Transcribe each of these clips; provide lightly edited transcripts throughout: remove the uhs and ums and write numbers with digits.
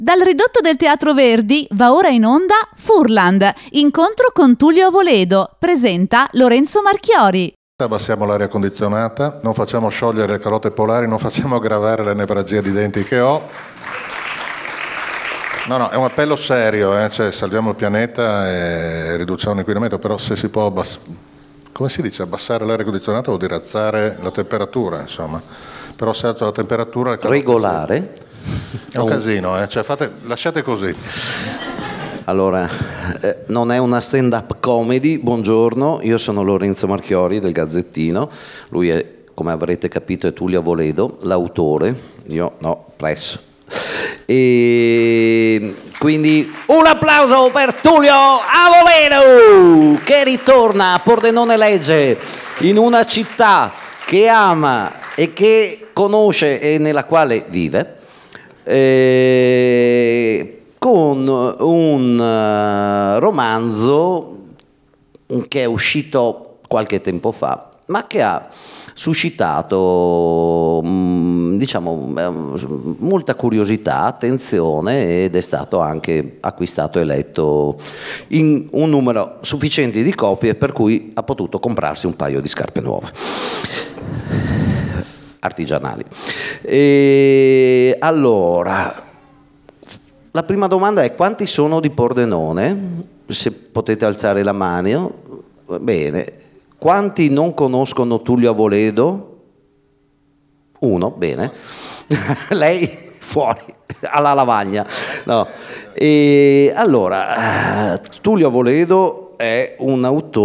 Dal ridotto del Teatro Verdi va ora in onda Furland, incontro con Tullio Avoledo, presenta Lorenzo Marchiori. Abbassiamo l'aria condizionata, non facciamo sciogliere le calotte polari, non facciamo aggravare le nevralgie di denti che ho. No, è un appello serio, cioè salviamo il pianeta e riduciamo l'inquinamento, però se si può come si dice, abbassare l'aria condizionata vuol dire alzare la temperatura, insomma. Però se alza la temperatura... Regolare? È un casino, cioè lasciate così. Allora, non è una stand-up comedy, buongiorno, io sono Lorenzo Marchiori del Gazzettino, lui è, come avrete capito, è Tullio Avoledo, l'autore, io no, press. E quindi un applauso per Tullio Avoledo che ritorna a Pordenone Legge, in una città che ama e che conosce e nella quale vive, con un romanzo che è uscito qualche tempo fa, ma che ha suscitato, diciamo, molta curiosità, attenzione, ed è stato anche acquistato e letto in un numero sufficiente di copie, per cui ha potuto comprarsi un paio di scarpe nuove artigianali. E allora, la prima domanda è: quanti sono di Pordenone? Se potete alzare la mano. Bene. Quanti non conoscono Tullio Avoledo? Uno, bene. Lei fuori, alla lavagna. No. E allora, Tullio Avoledo è un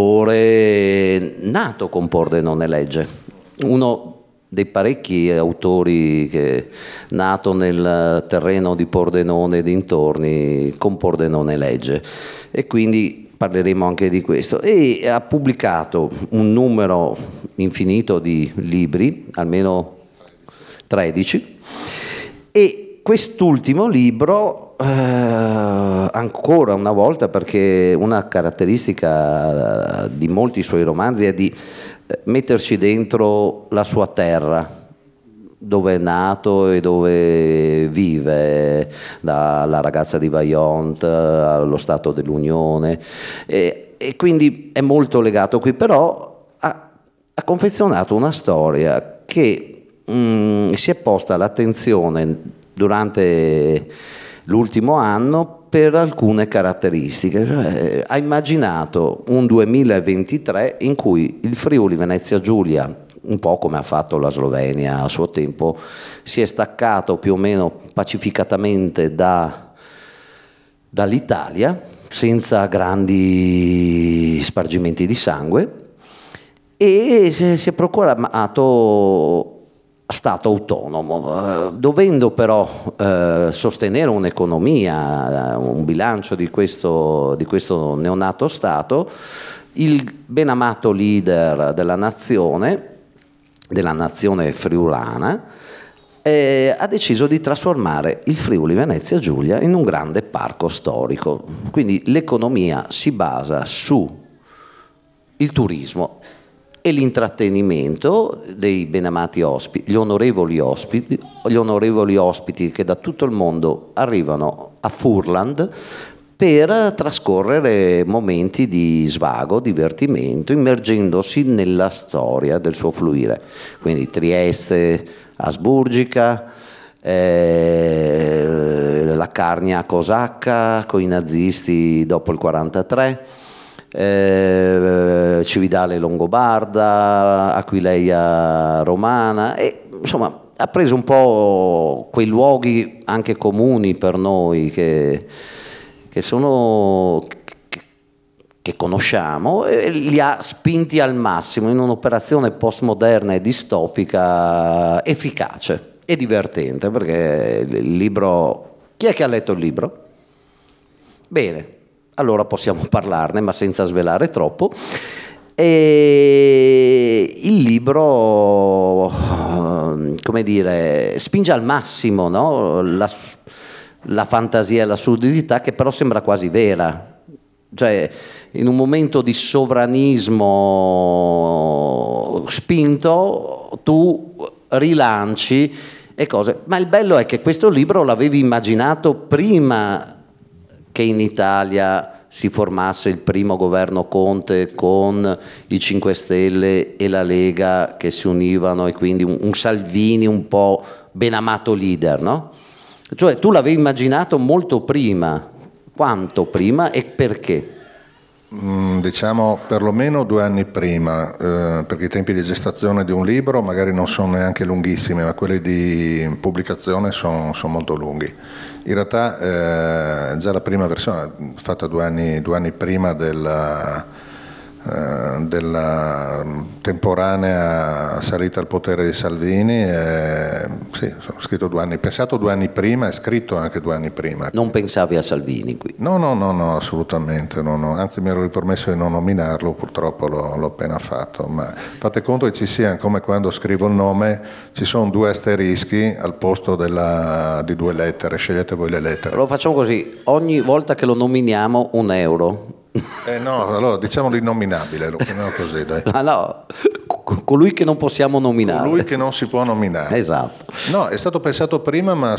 autore nato con Pordenone Legge, uno dei parecchi autori che è nato nel terreno di Pordenone e dintorni con Pordenone Legge, e quindi parleremo anche di questo. E ha pubblicato un numero infinito di libri, almeno 13, e quest'ultimo libro, ancora una volta, perché una caratteristica di molti suoi romanzi è di metterci dentro la sua terra, dove è nato e dove vive, dalla ragazza di Vajont allo Stato dell'Unione, e quindi è molto legato qui, però ha confezionato una storia che si è posta l'attenzione durante l'ultimo anno per alcune caratteristiche. Ha immaginato un 2023 in cui il Friuli Venezia Giulia, un po' come ha fatto la Slovenia a suo tempo, si è staccato più o meno pacificatamente dall'Italia, senza grandi spargimenti di sangue, e si è proclamato Stato autonomo, dovendo però sostenere un'economia, un bilancio di questo neonato Stato. Il ben amato leader della nazione friulana, ha deciso di trasformare il Friuli Venezia Giulia in un grande parco storico. Quindi l'economia si basa su il turismo e l'intrattenimento dei benamati ospiti, gli onorevoli ospiti che da tutto il mondo arrivano a Furland per trascorrere momenti di svago, divertimento, immergendosi nella storia del suo fluire. Quindi Trieste, Asburgica, la Carnia cosacca con i nazisti dopo il 1943, Cividale longobarda, Aquileia romana, e insomma ha preso un po' quei luoghi anche comuni per noi che conosciamo, e li ha spinti al massimo in un'operazione postmoderna e distopica efficace e divertente, perché il libro... Chi è che ha letto il libro? Bene, allora possiamo parlarne, ma senza svelare troppo. E il libro, come dire, spinge al massimo, no? La fantasia e l'assurdità, che però sembra quasi vera. Cioè, in un momento di sovranismo spinto, tu rilanci e cose. Ma il bello è che questo libro l'avevi immaginato prima che in Italia si formasse il primo governo Conte con i 5 Stelle e la Lega che si univano, e quindi un Salvini un po' ben amato leader, no? Cioè tu l'avevi immaginato molto prima. Quanto prima e perché? Diciamo perlomeno 2 anni prima, perché i tempi di gestazione di un libro magari non sono neanche lunghissimi, ma quelli di pubblicazione sono molto lunghi. In realtà già la prima versione, fatta 2 anni prima della temporanea salita al potere di Salvini, sì, sono scritto 2 anni, pensato 2 anni prima e scritto anche 2 anni prima. Non pensavi a Salvini qui? No, assolutamente, no. Anzi mi ero ripromesso di non nominarlo, purtroppo l'ho appena fatto, ma fate conto che ci siano, come quando scrivo il nome, ci sono 2 asterischi al posto di 2 lettere, scegliete voi le lettere. Lo facciamo così, ogni volta che lo nominiamo €1. No, allora diciamo l'innominabile, lo chiamiamo così, dai. Ah no, colui che non possiamo nominare. Colui che non si può nominare. Esatto. No, è stato pensato prima, ma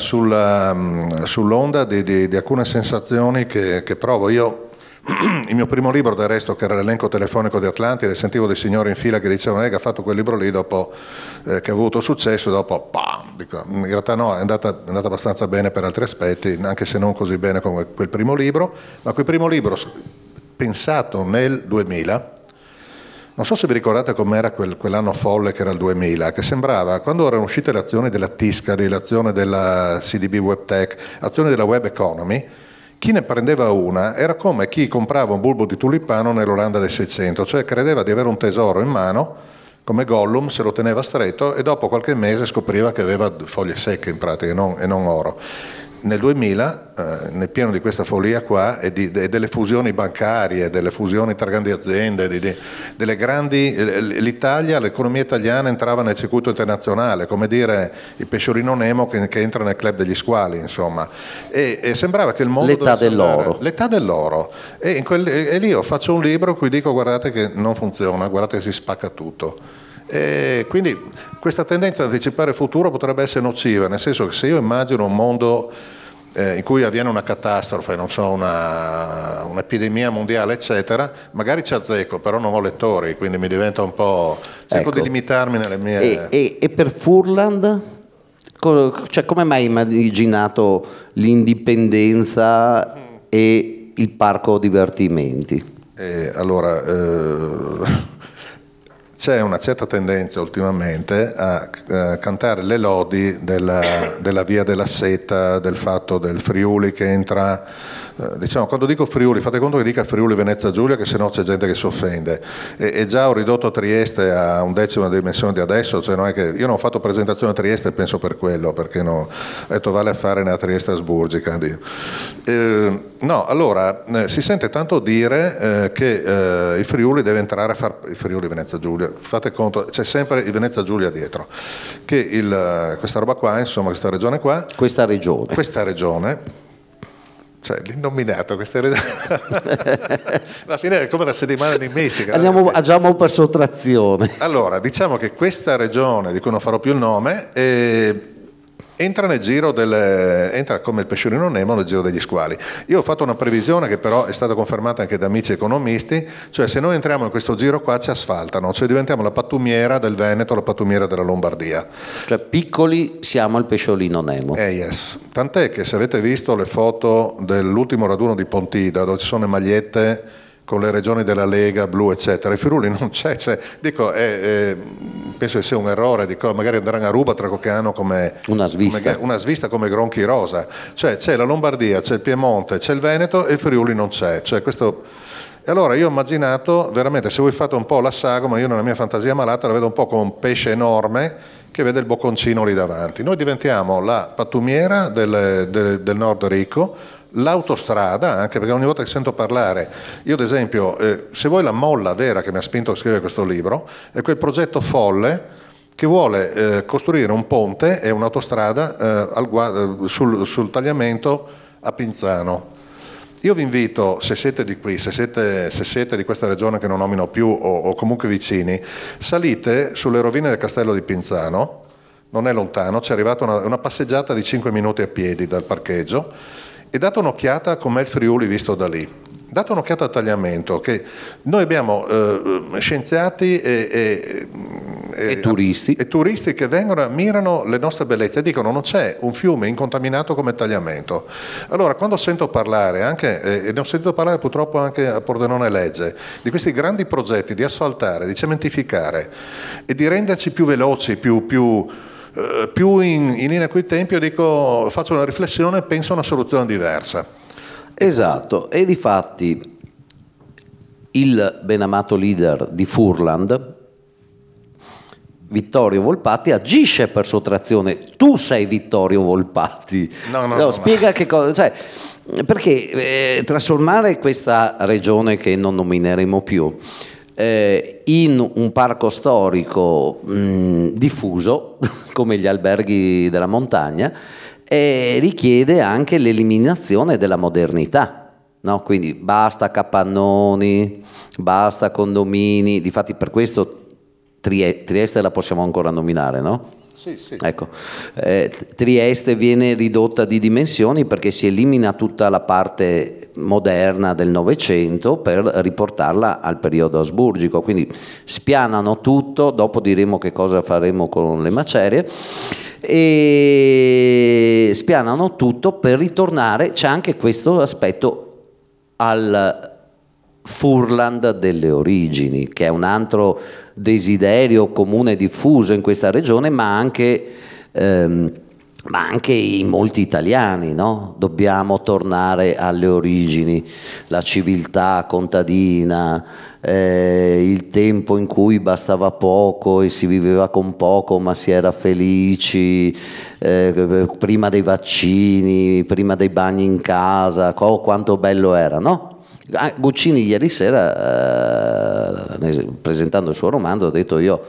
sull'onda di alcune sensazioni che provo. Io, il mio primo libro del resto, che era l'elenco telefonico di Atlantide, sentivo dei signori in fila che dicevano che ha fatto quel libro lì dopo che ha avuto successo, e dopo pam, dico, in realtà no, è andata abbastanza bene per altri aspetti, anche se non così bene come quel primo libro, ma quel primo libro pensato nel 2000, non so se vi ricordate com'era quell'anno folle che era il 2000, che sembrava, quando erano uscite le azioni della Tiscali, l'azione della CDB WebTech, azioni della Web Economy, chi ne prendeva una era come chi comprava un bulbo di tulipano nell'Olanda del 600, cioè credeva di avere un tesoro in mano, come Gollum, se lo teneva stretto e dopo qualche mese scopriva che aveva foglie secche in pratica e non oro. Nel 2000, nel pieno di questa follia qua e delle fusioni bancarie, delle fusioni tra grandi aziende, delle grandi, l'Italia, l'economia italiana entrava nel circuito internazionale, come dire il pesciolino Nemo che entra nel club degli squali, insomma, e sembrava che il mondo l'età dell'oro, e lì io faccio un libro in cui dico guardate che non funziona, guardate che si spacca tutto. E quindi questa tendenza ad anticipare il futuro potrebbe essere nociva, nel senso che se io immagino un mondo in cui avviene una catastrofe, non so, un'epidemia mondiale, eccetera, magari ci azzecco, però non ho lettori, quindi mi diventa un po'... cerco di limitarmi nelle mie... E per Furland? Cioè, come mai hai immaginato l'indipendenza e il parco divertimenti? Allora... C'è una certa tendenza ultimamente a cantare le lodi della via della seta, del fatto del Friuli che entra, diciamo, quando dico Friuli fate conto che dica Friuli Venezia Giulia, che sennò c'è gente che si offende, e già ho ridotto Trieste a 1/10 della dimensione di adesso, cioè non è che io non ho fatto presentazione a Trieste, penso per quello, perché ho detto vale a fare nella Trieste asburgica. No, allora si sente tanto dire che il Friuli deve entrare a fare il Friuli Venezia Giulia, fate conto, c'è sempre il Venezia Giulia dietro, che questa roba qua, insomma, questa regione qua, questa regione, cioè l'innominato, questa regione alla fine è come la settimana di mistica. Agiamo per sottrazione. Allora, diciamo che questa regione, di cui non farò più il nome, entra nel giro entra come il pesciolino Nemo nel giro degli squali. Io ho fatto una previsione che però è stata confermata anche da amici economisti, cioè se noi entriamo in questo giro qua ci asfaltano, cioè diventiamo la pattumiera del Veneto, la pattumiera della Lombardia. Cioè piccoli siamo il pesciolino Nemo. Yes. Tant'è che se avete visto le foto dell'ultimo raduno di Pontida, dove ci sono le magliette con le regioni della Lega, blu, eccetera, il Friuli non c'è, dico, penso che sia un errore, dico, magari andranno a Ruba tra qualche anno come una svista come Gronchi Rosa, cioè c'è la Lombardia, c'è il Piemonte, c'è il Veneto e il Friuli non c'è, cioè questo... E allora io ho immaginato, veramente, se voi fate un po' la sagoma, io nella mia fantasia malata la vedo un po' come un pesce enorme che vede il bocconcino lì davanti. Noi diventiamo la pattumiera del Nord Ricco, l'autostrada, anche perché ogni volta che sento parlare, io ad esempio, se vuoi la molla vera che mi ha spinto a scrivere questo libro, è quel progetto folle che vuole costruire un ponte e un'autostrada sul tagliamento a Pinzano. Io vi invito, se siete di qui, se siete di questa regione che non nomino più o comunque vicini, salite sulle rovine del castello di Pinzano, non è lontano, ci è arrivata una passeggiata di 5 minuti a piedi dal parcheggio, e date un'occhiata a com'è il Friuli visto da lì. Date un'occhiata al tagliamento, che noi abbiamo scienziati e turisti che vengono e ammirano le nostre bellezze e dicono non c'è un fiume incontaminato come tagliamento. Allora, quando sento parlare, e ne ho sentito parlare purtroppo anche a Pordenone Legge, di questi grandi progetti di asfaltare, di cementificare e di renderci più veloci, più in linea coi tempi, io dico, faccio una riflessione e penso a una soluzione diversa. Esatto, e difatti il benamato leader di Furland, Vittorio Volpatti, agisce per sottrazione. Tu sei Vittorio Volpatti. No, spiega che cosa, cioè, perché trasformare questa regione, che non nomineremo più, in un parco storico diffuso come gli alberghi della montagna, richiede anche l'eliminazione della modernità, no? Quindi basta capannoni, basta condomini. Difatti per questo Trieste la possiamo ancora nominare, no? Sì. Ecco, Trieste viene ridotta di dimensioni perché si elimina tutta la parte moderna del Novecento per riportarla al periodo asburgico, quindi spianano tutto, dopo diremo che cosa faremo con le macerie, e spianano tutto per ritornare. C'è anche questo aspetto al Furland delle origini, che è un altro desiderio comune diffuso in questa regione, ma anche in molti italiani, no? Dobbiamo tornare alle origini, la civiltà contadina, il tempo in cui bastava poco e si viveva con poco ma si era felici, prima dei vaccini, prima dei bagni in casa, quanto bello era, no? Guccini ieri sera, presentando il suo romanzo, ha detto: io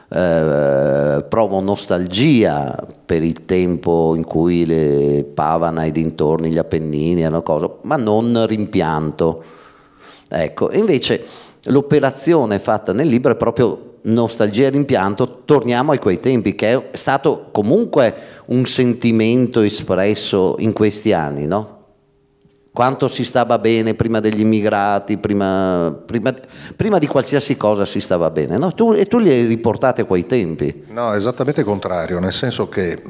provo nostalgia per il tempo in cui le Pavana e dintorni, gli Appennini erano cosa, ma non rimpianto. Ecco, invece l'operazione fatta nel libro è proprio nostalgia e rimpianto. Torniamo a quei tempi, che è stato comunque un sentimento espresso in questi anni, no? Quanto si stava bene prima degli immigrati, prima di qualsiasi cosa si stava bene, no? Tu li hai riportati a quei tempi. No, esattamente il contrario, nel senso che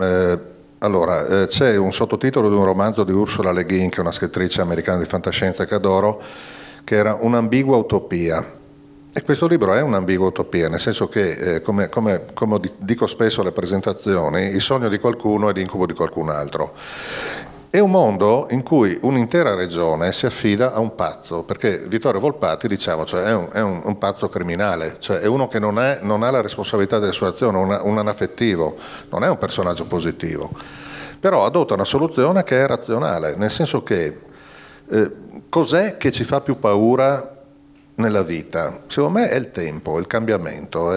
c'è un sottotitolo di un romanzo di Ursula Le Guin, che è una scrittrice americana di fantascienza che adoro, che era Un'ambigua utopia. E questo libro è un'ambigua utopia, nel senso che, come dico spesso alle presentazioni, il sogno di qualcuno è l'incubo di qualcun altro. È un mondo in cui un'intera regione si affida a un pazzo, perché Vittorio Volpatti, diciamo, cioè è un pazzo criminale, cioè è uno che non ha la responsabilità delle sue azioni, un anaffettivo, non è un personaggio positivo, però adotta una soluzione che è razionale, nel senso che cos'è che ci fa più paura nella vita? Secondo me è il tempo, il cambiamento.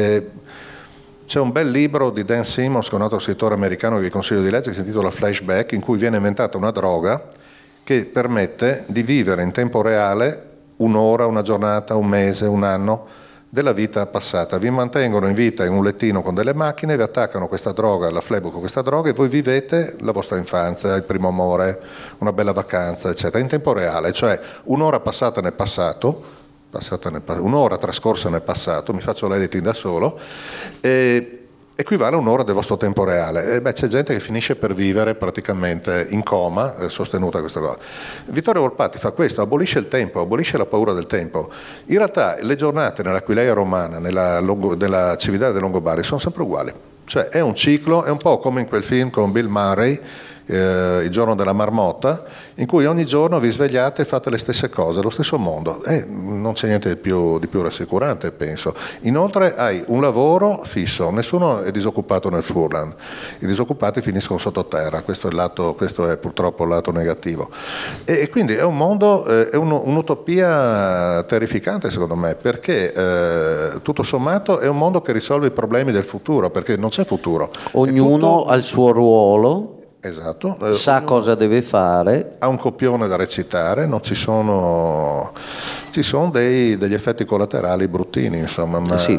C'è un bel libro di Dan Simmons, che è un altro scrittore americano che vi consiglio di leggere, che si intitola Flashback, in cui viene inventata una droga che permette di vivere in tempo reale un'ora, una giornata, un mese, un anno della vita passata. Vi mantengono in vita in un lettino con delle macchine, vi attaccano questa droga, la flebo con questa droga, e voi vivete la vostra infanzia, il primo amore, una bella vacanza, eccetera, in tempo reale, cioè un'ora passata nel passato, un'ora trascorsa nel passato, mi faccio l'editing da solo, equivale a un'ora del vostro tempo reale. C'è gente che finisce per vivere praticamente in coma, sostenuta questa cosa. Vittorio Volpatti fa questo, abolisce il tempo, abolisce la paura del tempo. In realtà le giornate nell'Aquileia romana, nella civiltà dei Longobardi, sono sempre uguali. Cioè è un ciclo, è un po' come in quel film con Bill Murray, Il giorno della marmotta, in cui ogni giorno vi svegliate e fate le stesse cose, lo stesso mondo. Non c'è niente di più rassicurante, penso. Inoltre hai un lavoro fisso, nessuno è disoccupato nel Furland, i disoccupati finiscono sottoterra, questo è purtroppo il lato negativo. E quindi è un mondo, è un'utopia terrificante secondo me, perché tutto sommato è un mondo che risolve i problemi del futuro, perché non c'è futuro. Ognuno ha il suo ruolo. Esatto. Sa cosa deve fare. Ha un copione da recitare, non ci sono degli effetti collaterali bruttini, insomma. Sì, ma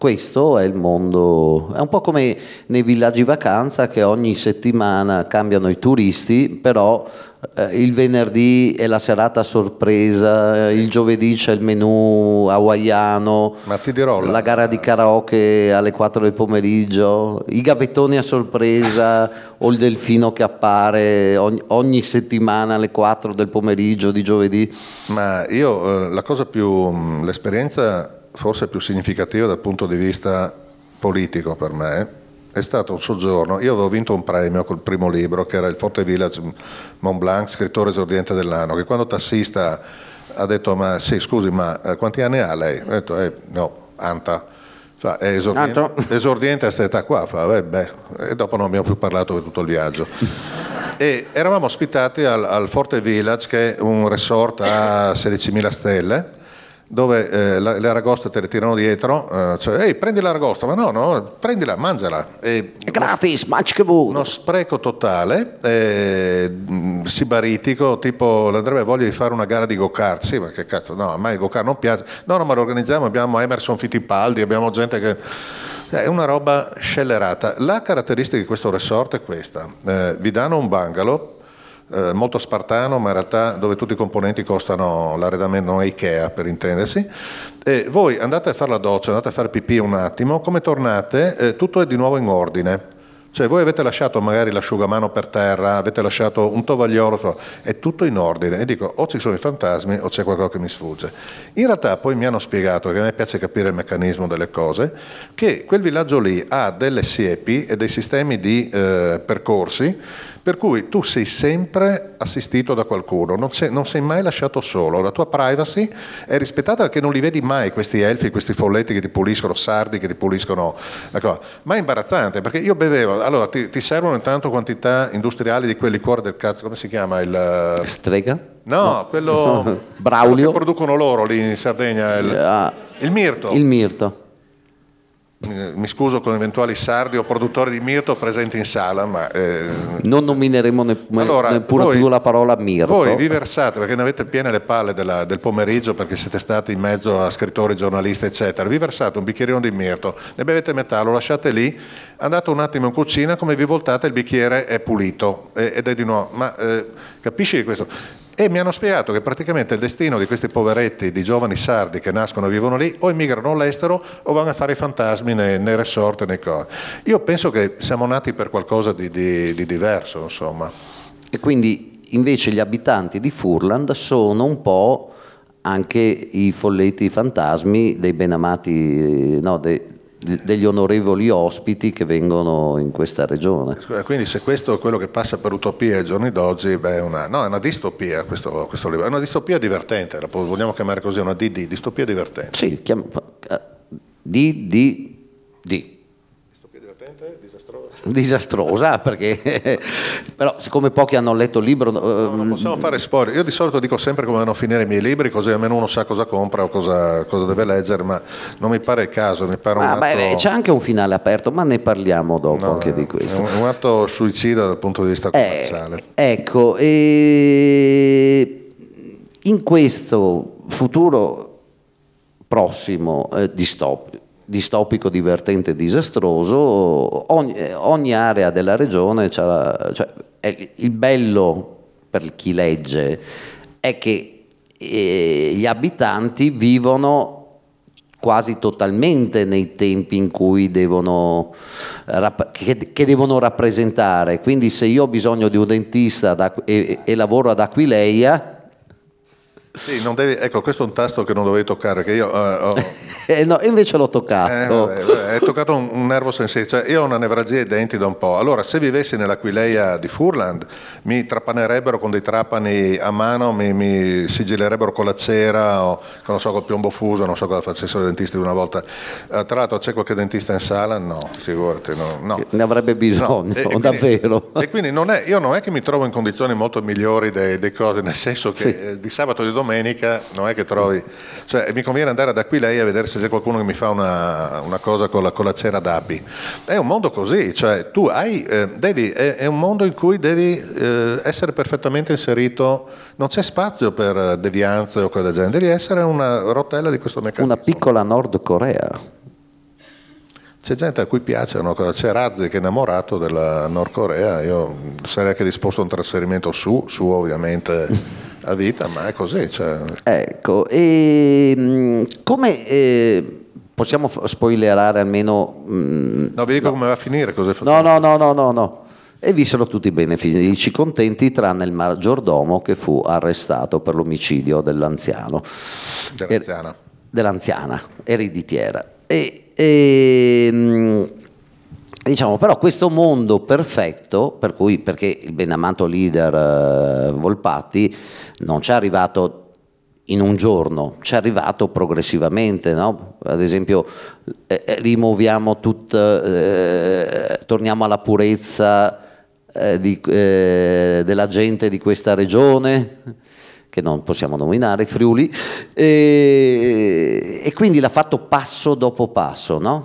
questo è il mondo, è un po' come nei villaggi vacanza che ogni settimana cambiano i turisti, però il venerdì è la serata sorpresa, il giovedì c'è il menù hawaiano, Ma ti dirò, la gara di karaoke alle 4 del pomeriggio, i gavettoni a sorpresa o il delfino che appare ogni settimana alle 4 del pomeriggio di giovedì. ma io l'esperienza forse più significativa dal punto di vista politico per me è stato un soggiorno. Io avevo vinto un premio col primo libro che era il Forte Village Mont Blanc, scrittore esordiente dell'anno, che quando tassista ha detto ma sì scusi ma quanti anni ha lei? Ho detto no, Anta. Fa, è esordiente a questa età qua, e dopo non abbiamo più parlato per tutto il viaggio. E eravamo ospitati al Forte Village, che è un resort a 16.000 stelle, dove le aragoste te le tirano dietro, cioè, ehi, prendi l'aragosta, ma no, prendila, mangiala. È gratis, mangi che vuoi. Uno spreco totale, sibaritico, tipo andrebbe voglia di fare una gara di go-kart. Sì, ma che cazzo, no, a me il go-kart non piace. No, ma lo organizziamo, abbiamo Emerson Fittipaldi, abbiamo gente che... È una roba scellerata. La caratteristica di questo resort è questa. Vi danno un bungalow, molto spartano, ma in realtà dove tutti i componenti costano l'arredamento, non è Ikea per intendersi, e voi andate a fare la doccia, andate a fare pipì un attimo, come tornate tutto è di nuovo in ordine. Cioè voi avete lasciato magari l'asciugamano per terra, avete lasciato un tovagliolo, è tutto in ordine, e dico o ci sono i fantasmi o c'è qualcosa che mi sfugge. In realtà poi mi hanno spiegato, che a me piace capire il meccanismo delle cose, che quel villaggio lì ha delle siepi e dei sistemi di percorsi per cui tu sei sempre assistito da qualcuno, non sei mai lasciato solo, la tua privacy è rispettata perché non li vedi mai questi elfi, questi folletti che ti puliscono, sardi che ti puliscono, ecco. Ma è imbarazzante perché io bevevo, allora ti servono intanto quantità industriali di quel liquore del cazzo, come si chiama? Strega? No, quello Braulio, che producono loro lì in Sardegna, il mirto. Il mirto. Mi scuso con eventuali sardi o produttori di mirto presenti in sala, ma non nomineremo neppure più la parola mirto. Voi vi versate, perché ne avete piene le palle del pomeriggio, perché siete stati in mezzo a scrittori, giornalisti eccetera, vi versate un bicchierino di mirto, ne bevete metà, lo lasciate lì, andate un attimo in cucina, come vi voltate il bicchiere è pulito ed è di nuovo, ma capisci questo? E mi hanno spiegato che praticamente il destino di questi poveretti, di giovani sardi che nascono e vivono lì, o emigrano all'estero o vanno a fare i fantasmi nei resort, nei cose. Io penso che siamo nati per qualcosa di diverso, insomma. E quindi invece gli abitanti di Furland sono un po' anche i folletti fantasmi dei benamati, no, degli onorevoli ospiti che vengono in questa regione. Quindi se questo è quello che passa per utopia ai giorni d'oggi, è una distopia questo libro, è una distopia divertente, la vogliamo chiamare così, una distopia divertente. Sì, Distopia divertente, disastrosa. Disastrosa, perché però siccome pochi hanno letto il libro non possiamo fare spoiler. Io di solito dico sempre come devono finire i miei libri, così almeno uno sa cosa compra o cosa deve leggere, ma non mi pare il caso, mi pare un atto... c'è anche un finale aperto, ma ne parliamo dopo anche di questo. È un atto suicida dal punto di vista commerciale. Ecco, in questo futuro prossimo distopico, divertente, disastroso, ogni area della regione il bello per chi legge è che gli abitanti vivono quasi totalmente nei tempi in cui devono rappresentare. Quindi se io ho bisogno di un dentista e lavoro ad Aquileia, sì, non devi, ecco, questo è un tasto che non dovevi toccare, che io no, invece l'ho toccato. Hai toccato un nervo sensibile, cioè io ho una nevralgia ai denti da un po', allora se vivessi nell'Aquileia di Furland mi trapanerebbero con dei trapani a mano, mi sigillerebbero con la cera o non so, col piombo fuso, non so cosa facessero i dentisti di una volta. Tra l'altro c'è qualche dentista in sala? No, figurati, no. Ne avrebbe bisogno, no. Davvero. E quindi io non è che mi trovo in condizioni molto migliori dei cose, nel senso che sì. Di sabato e di domenica non è che trovi, cioè mi conviene andare ad Aquileia a vedere se c'è qualcuno che mi fa una cosa con la cera d'api. È un mondo così, cioè tu è un mondo in cui devi essere perfettamente inserito, non c'è spazio per devianze o cose del genere, devi essere una rotella di questo meccanismo. Una piccola Nord Corea. C'è gente a cui piacciono, c'è Razzi che è innamorato della Nord Corea, io sarei anche disposto a un trasferimento su ovviamente a vita, ma è così. Cioè. Ecco, e come possiamo spoilerare almeno... No, vi dico come va a finire, cosa No. E vissero tutti bene, felici, contenti, tranne il maggiordomo che fu arrestato per l'omicidio dell'anziano. Dell'anziana, ereditiera. Diciamo, però questo mondo perfetto, perché il benamato leader Volpatti non ci è arrivato in un giorno, ci è arrivato progressivamente, no? Ad esempio rimuoviamo torniamo alla purezza della gente di questa regione, che non possiamo nominare, Friuli, e quindi l'ha fatto passo dopo passo, no?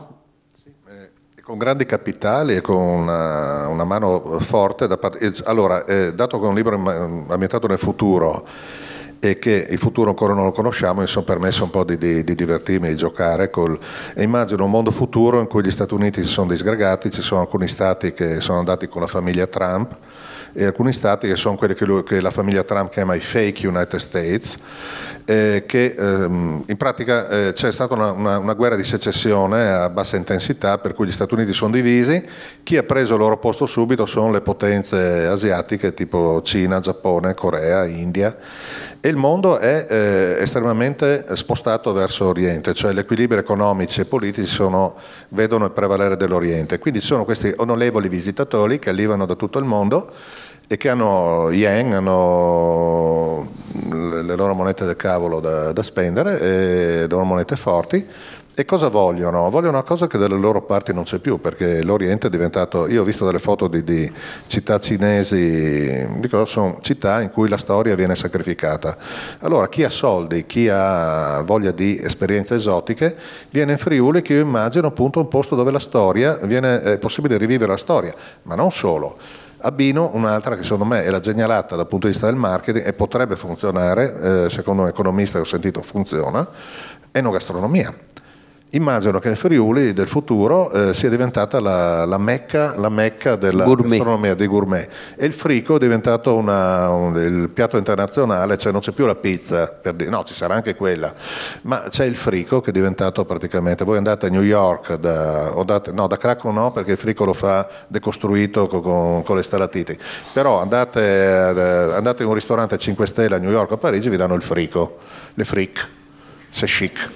Con grandi capitali e con una mano forte da parte. Allora, dato che è un libro ambientato nel futuro e che il futuro ancora non lo conosciamo, mi sono permesso un po' di divertirmi, di giocare e immagino un mondo futuro in cui gli Stati Uniti si sono disgregati, ci sono alcuni stati che sono andati con la famiglia Trump e alcuni stati che sono quelli che la famiglia Trump chiama i fake United States, che in pratica c'è stata una guerra di secessione a bassa intensità per cui gli Stati Uniti sono divisi, chi ha preso il loro posto subito sono le potenze asiatiche tipo Cina, Giappone, Corea, India, e il mondo è estremamente spostato verso Oriente, cioè gli equilibri economici e politici vedono il prevalere dell'Oriente, quindi ci sono questi onorevoli visitatori che arrivano da tutto il mondo e che hanno yen, hanno le loro monete del cavolo da spendere, e le loro monete forti. E cosa vogliono? Vogliono una cosa che dalle loro parti non c'è più, perché l'Oriente è diventato, io ho visto delle foto di città cinesi, sono città in cui la storia viene sacrificata. Allora chi ha soldi, chi ha voglia di esperienze esotiche, viene in Friuli, che io immagino appunto un posto dove la storia, è possibile rivivere la storia, ma non solo. Abbino un'altra che secondo me è la genialata dal punto di vista del marketing e potrebbe funzionare, secondo un economista che ho sentito funziona, enogastronomia. Immagino che il Friuli del futuro sia diventata la mecca della gastronomia dei gourmet, e il frico è diventato il piatto internazionale, cioè non c'è più la pizza, no, ci sarà anche quella, ma c'è il frico che è diventato praticamente, voi andate a New York, da Cracco no, perché il frico lo fa decostruito con le stalactiti, però andate in un ristorante 5 stelle a New York o a Parigi, vi danno il frico, le fric, c'est chic.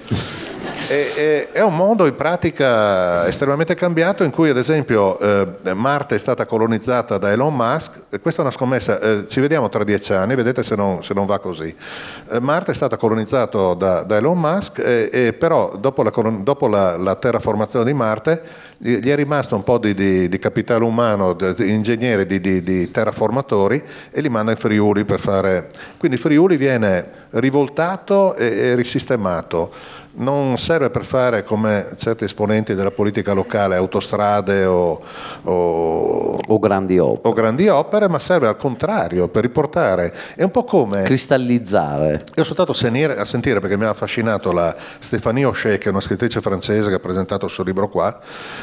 È un mondo in pratica estremamente cambiato, in cui ad esempio Marte è stata colonizzata da Elon Musk, e questa è una scommessa, ci vediamo tra 10 anni, vedete se non va così. Marte è stata colonizzato da Elon Musk, e però dopo la terraformazione di Marte gli è rimasto un po' di capitale umano, di ingegneri, di terraformatori, e li manda in Friuli per fare. Quindi Friuli viene rivoltato e risistemato. Non serve per fare, come certi esponenti della politica locale, autostrade o grandi opere, ma serve al contrario per riportare, è un po' come cristallizzare. Io sono stato a sentire perché mi ha affascinato la Stéphanie Hochet, che è una scrittrice francese che ha presentato il suo libro qua,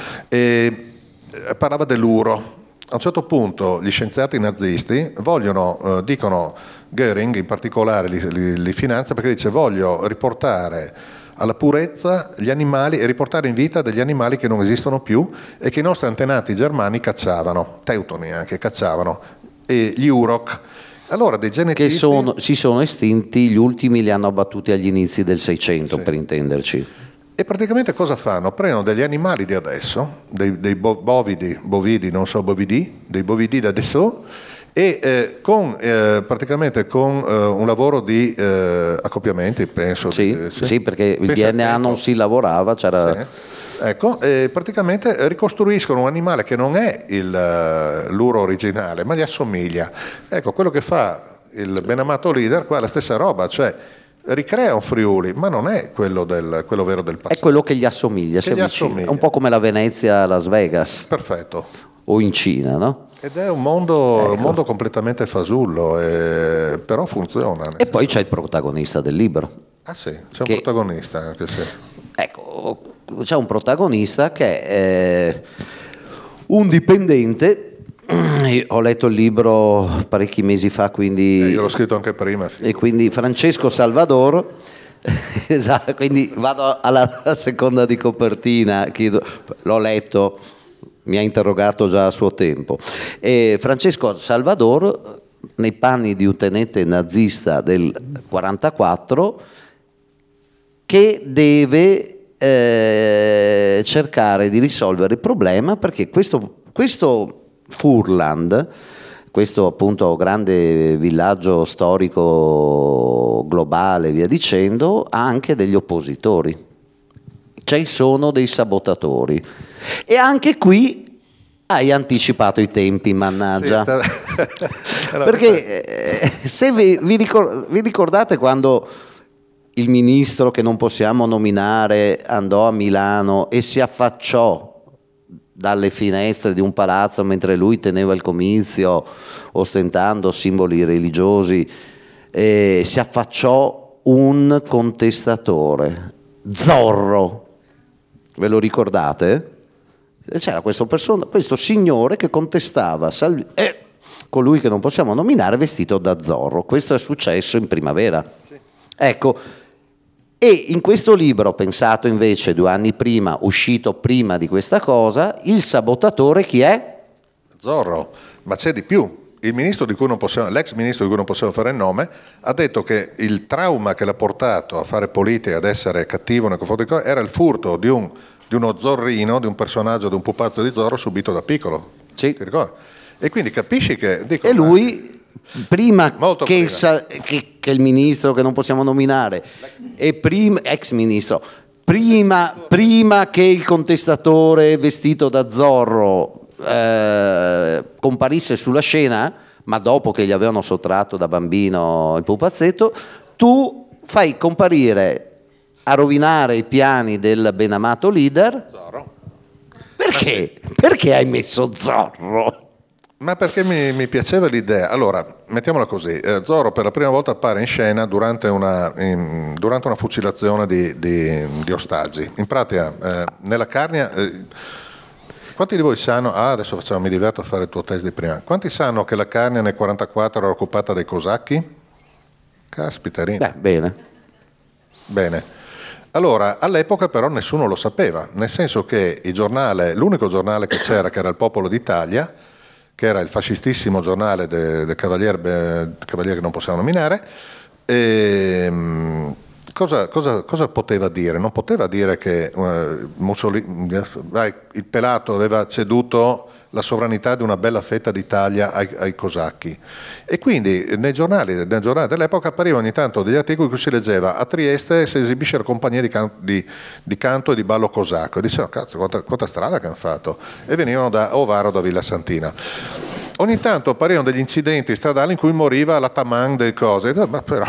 e parlava dell'uro. A un certo punto gli scienziati nazisti dicono, Göring in particolare li finanzia, perché dice: voglio riportare alla purezza gli animali e riportare in vita degli animali che non esistono più e che i nostri antenati germani cacciavano, teutoni anche cacciavano, e gli Urok. Allora dei genetisti che si sono estinti, gli ultimi li hanno abbattuti agli inizi del 600, sì, per intenderci. E praticamente cosa fanno? Prendono degli animali di adesso, dei bovidi, non so, dei bovidi da adesso, e praticamente con un lavoro di accoppiamenti, penso. Sì, perché il DNA non si lavorava, c'era. Sì. Ecco, praticamente ricostruiscono un animale che non è l'uro originale, ma gli assomiglia. Ecco, quello che fa il benamato leader qua è la stessa roba, cioè ricrea un Friuli, ma non è quello vero del passato. È quello che gli assomiglia, un po' come la Venezia a Las Vegas. Perfetto. O in Cina, no? Ed è un mondo completamente fasullo, però funziona. E poi c'è il protagonista del libro. Ah sì, c'è un protagonista anche, sì. Ecco, c'è un protagonista che è un dipendente. Io ho letto il libro parecchi mesi fa, quindi Io l'ho scritto anche prima. e quindi Francesco Salvador. Esatto, quindi vado alla seconda di copertina, l'ho letto, mi ha interrogato già a suo tempo. E Francesco Salvador, nei panni di un tenente nazista del 1944, che deve cercare di risolvere il problema, perché questo Furland, questo appunto grande villaggio storico globale, via dicendo, ha anche degli oppositori, ci sono dei sabotatori, e anche qui hai anticipato i tempi, mannaggia. Sì, Perché se vi ricordate quando il ministro che non possiamo nominare andò a Milano e si affacciò dalle finestre di un palazzo mentre lui teneva il comizio ostentando simboli religiosi, si affacciò un contestatore, Zorro, ve lo ricordate? C'era questo signore che contestava colui che non possiamo nominare vestito da Zorro. Questo è successo in primavera. Sì. Ecco, e in questo libro, pensato invece 2 anni prima, uscito prima di questa cosa, il sabotatore chi è? Zorro, ma c'è di più. L'ex ministro di cui non possiamo fare il nome ha detto che il trauma che l'ha portato a fare politica, ad essere cattivo nei confronti di era il furto di uno zorrino, di un personaggio, di un pupazzo di Zorro subito da piccolo. Sì. Ti ricordi? E quindi capisci che... e lui... Prima che il ministro che non possiamo nominare ex ministro, prima che il contestatore vestito da Zorro comparisse sulla scena, ma dopo che gli avevano sottratto da bambino il pupazzetto, tu fai comparire a rovinare i piani del benamato leader Zorro. Perché? Perché hai messo Zorro? Ma perché mi piaceva l'idea. Allora, mettiamola così, Zorro per la prima volta appare in scena durante una fucilazione di ostaggi. In pratica, nella Carnia, quanti di voi sanno, adesso mi diverto a fare il tuo test di prima, quanti sanno che la Carnia nel 1944 era occupata dai cosacchi? Caspiterina. Bene. Allora, all'epoca però nessuno lo sapeva, nel senso che l'unico giornale che c'era, che era il Popolo d'Italia, che era il fascistissimo giornale del cavaliere che non possiamo nominare, cosa poteva dire? Non poteva dire che il pelato aveva ceduto la sovranità di una bella fetta d'Italia ai cosacchi. E quindi nei giornali dell'epoca apparivano ogni tanto degli articoli in cui si leggeva: a Trieste si esibisce la compagnia di canto e di ballo cosacco. E dicevano: cazzo, quanta strada che hanno fatto. E venivano da Ovaro, da Villa Santina. Ogni tanto apparivano degli incidenti stradali in cui moriva l'ataman delle cose. Ma però...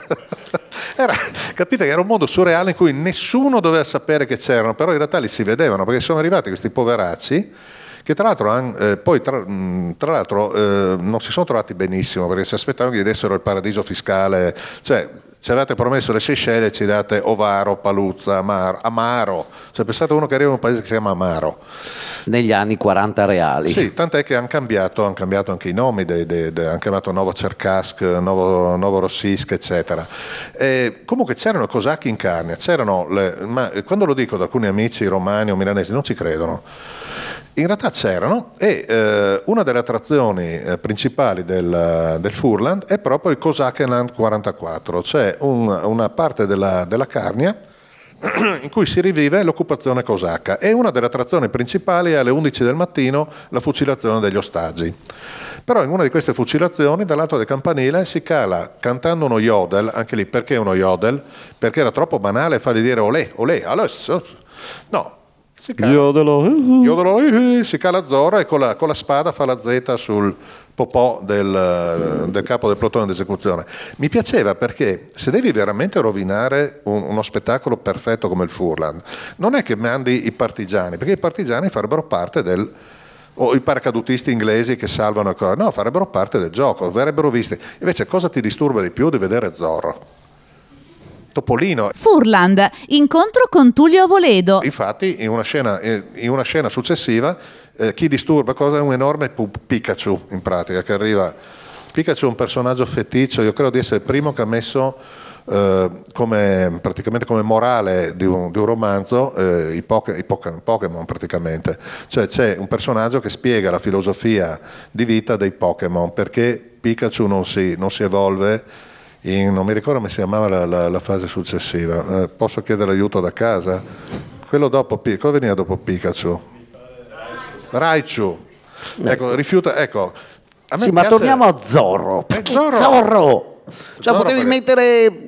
capite che era un mondo surreale in cui nessuno doveva sapere che c'erano, però in realtà li si vedevano, perché sono arrivati questi poveracci che tra l'altro non si sono trovati benissimo, perché si aspettavano che gli dessero il paradiso fiscale, cioè ci avete promesso le Seychelles, ci date Ovaro, Paluzza, Amaro, cioè pensate a uno che arriva in un paese che si chiama Amaro. Negli anni 40 reali. Sì, tant'è che hanno cambiato anche i nomi, hanno chiamato Novo Cercask, Novo Rossisк, eccetera. Comunque c'erano cosacchi in Carnia, ma quando lo dico ad alcuni amici romani o milanesi non ci credono. In realtà c'erano, e una delle attrazioni principali del Furland è proprio il Kosakenland 44, cioè una parte della Carnia in cui si rivive l'occupazione cosacca, e una delle attrazioni principali è alle 11 del mattino la fucilazione degli ostaggi. Però in una di queste fucilazioni, dall'alto del campanile, si cala cantando uno yodel. Anche lì, perché uno yodel? Perché era troppo banale fargli dire olè, adesso. No, si cala Zorro e con la spada fa la Z sul popò del capo del plotone d'esecuzione. Mi piaceva, perché se devi veramente rovinare uno spettacolo perfetto come il Furland, non è che mandi i partigiani, perché i partigiani farebbero parte o i paracadutisti inglesi che salvano cose, no, farebbero parte del gioco, verrebbero visti. Invece cosa ti disturba di più di vedere Zorro? Topolino. Furland, incontro con Tullio Avoledo. Infatti, in una scena successiva, chi disturba cosa è un enorme Pikachu, in pratica, che arriva. Pikachu è un personaggio feticcio, io credo di essere il primo che ha messo praticamente come morale di un romanzo i Pokémon praticamente. Cioè c'è un personaggio che spiega la filosofia di vita dei Pokémon, perché Pikachu non si evolve non mi ricordo come si chiamava la fase successiva. Posso chiedere aiuto da casa? Quello dopo, cosa veniva dopo Pikachu? Raichu. Ecco, rifiuta, ecco. A me sì, ma torniamo a Zorro. Zorro! Cioè potevi mettere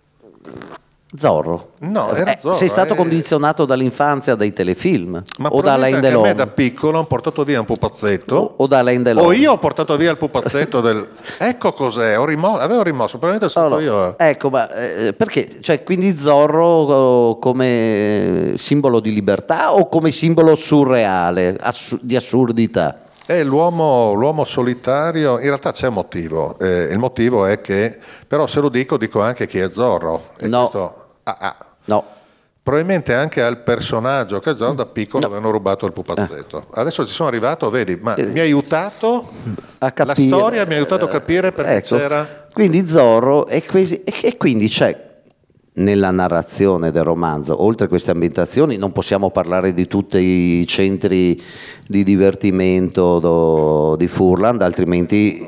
Zorro. No, era Zorro. Sei stato condizionato dall'infanzia dai telefilm? Ma o da Alain Delon? A me da piccolo hanno portato via un pupazzetto. O da Alain Delon? O io ho portato via il pupazzetto del... Ecco cos'è, avevo rimosso, probabilmente sono stato io. Ecco, ma perché? Cioè, quindi Zorro come simbolo di libertà o come simbolo surreale, di assurdità? È l'uomo solitario, in realtà c'è un motivo, il motivo è che, però se lo dico anche chi è Zorro. E no. Questo, No. Probabilmente anche al personaggio che Zorro da piccolo avevano rubato il pupazzetto. Adesso ci sono arrivato, vedi, ma mi ha aiutato a capire. La storia, mi ha aiutato a capire perché c'era... Quindi Zorro, e quindi c'è nella narrazione del romanzo, oltre a queste ambientazioni, non possiamo parlare di tutti i centri di divertimento di Furland, altrimenti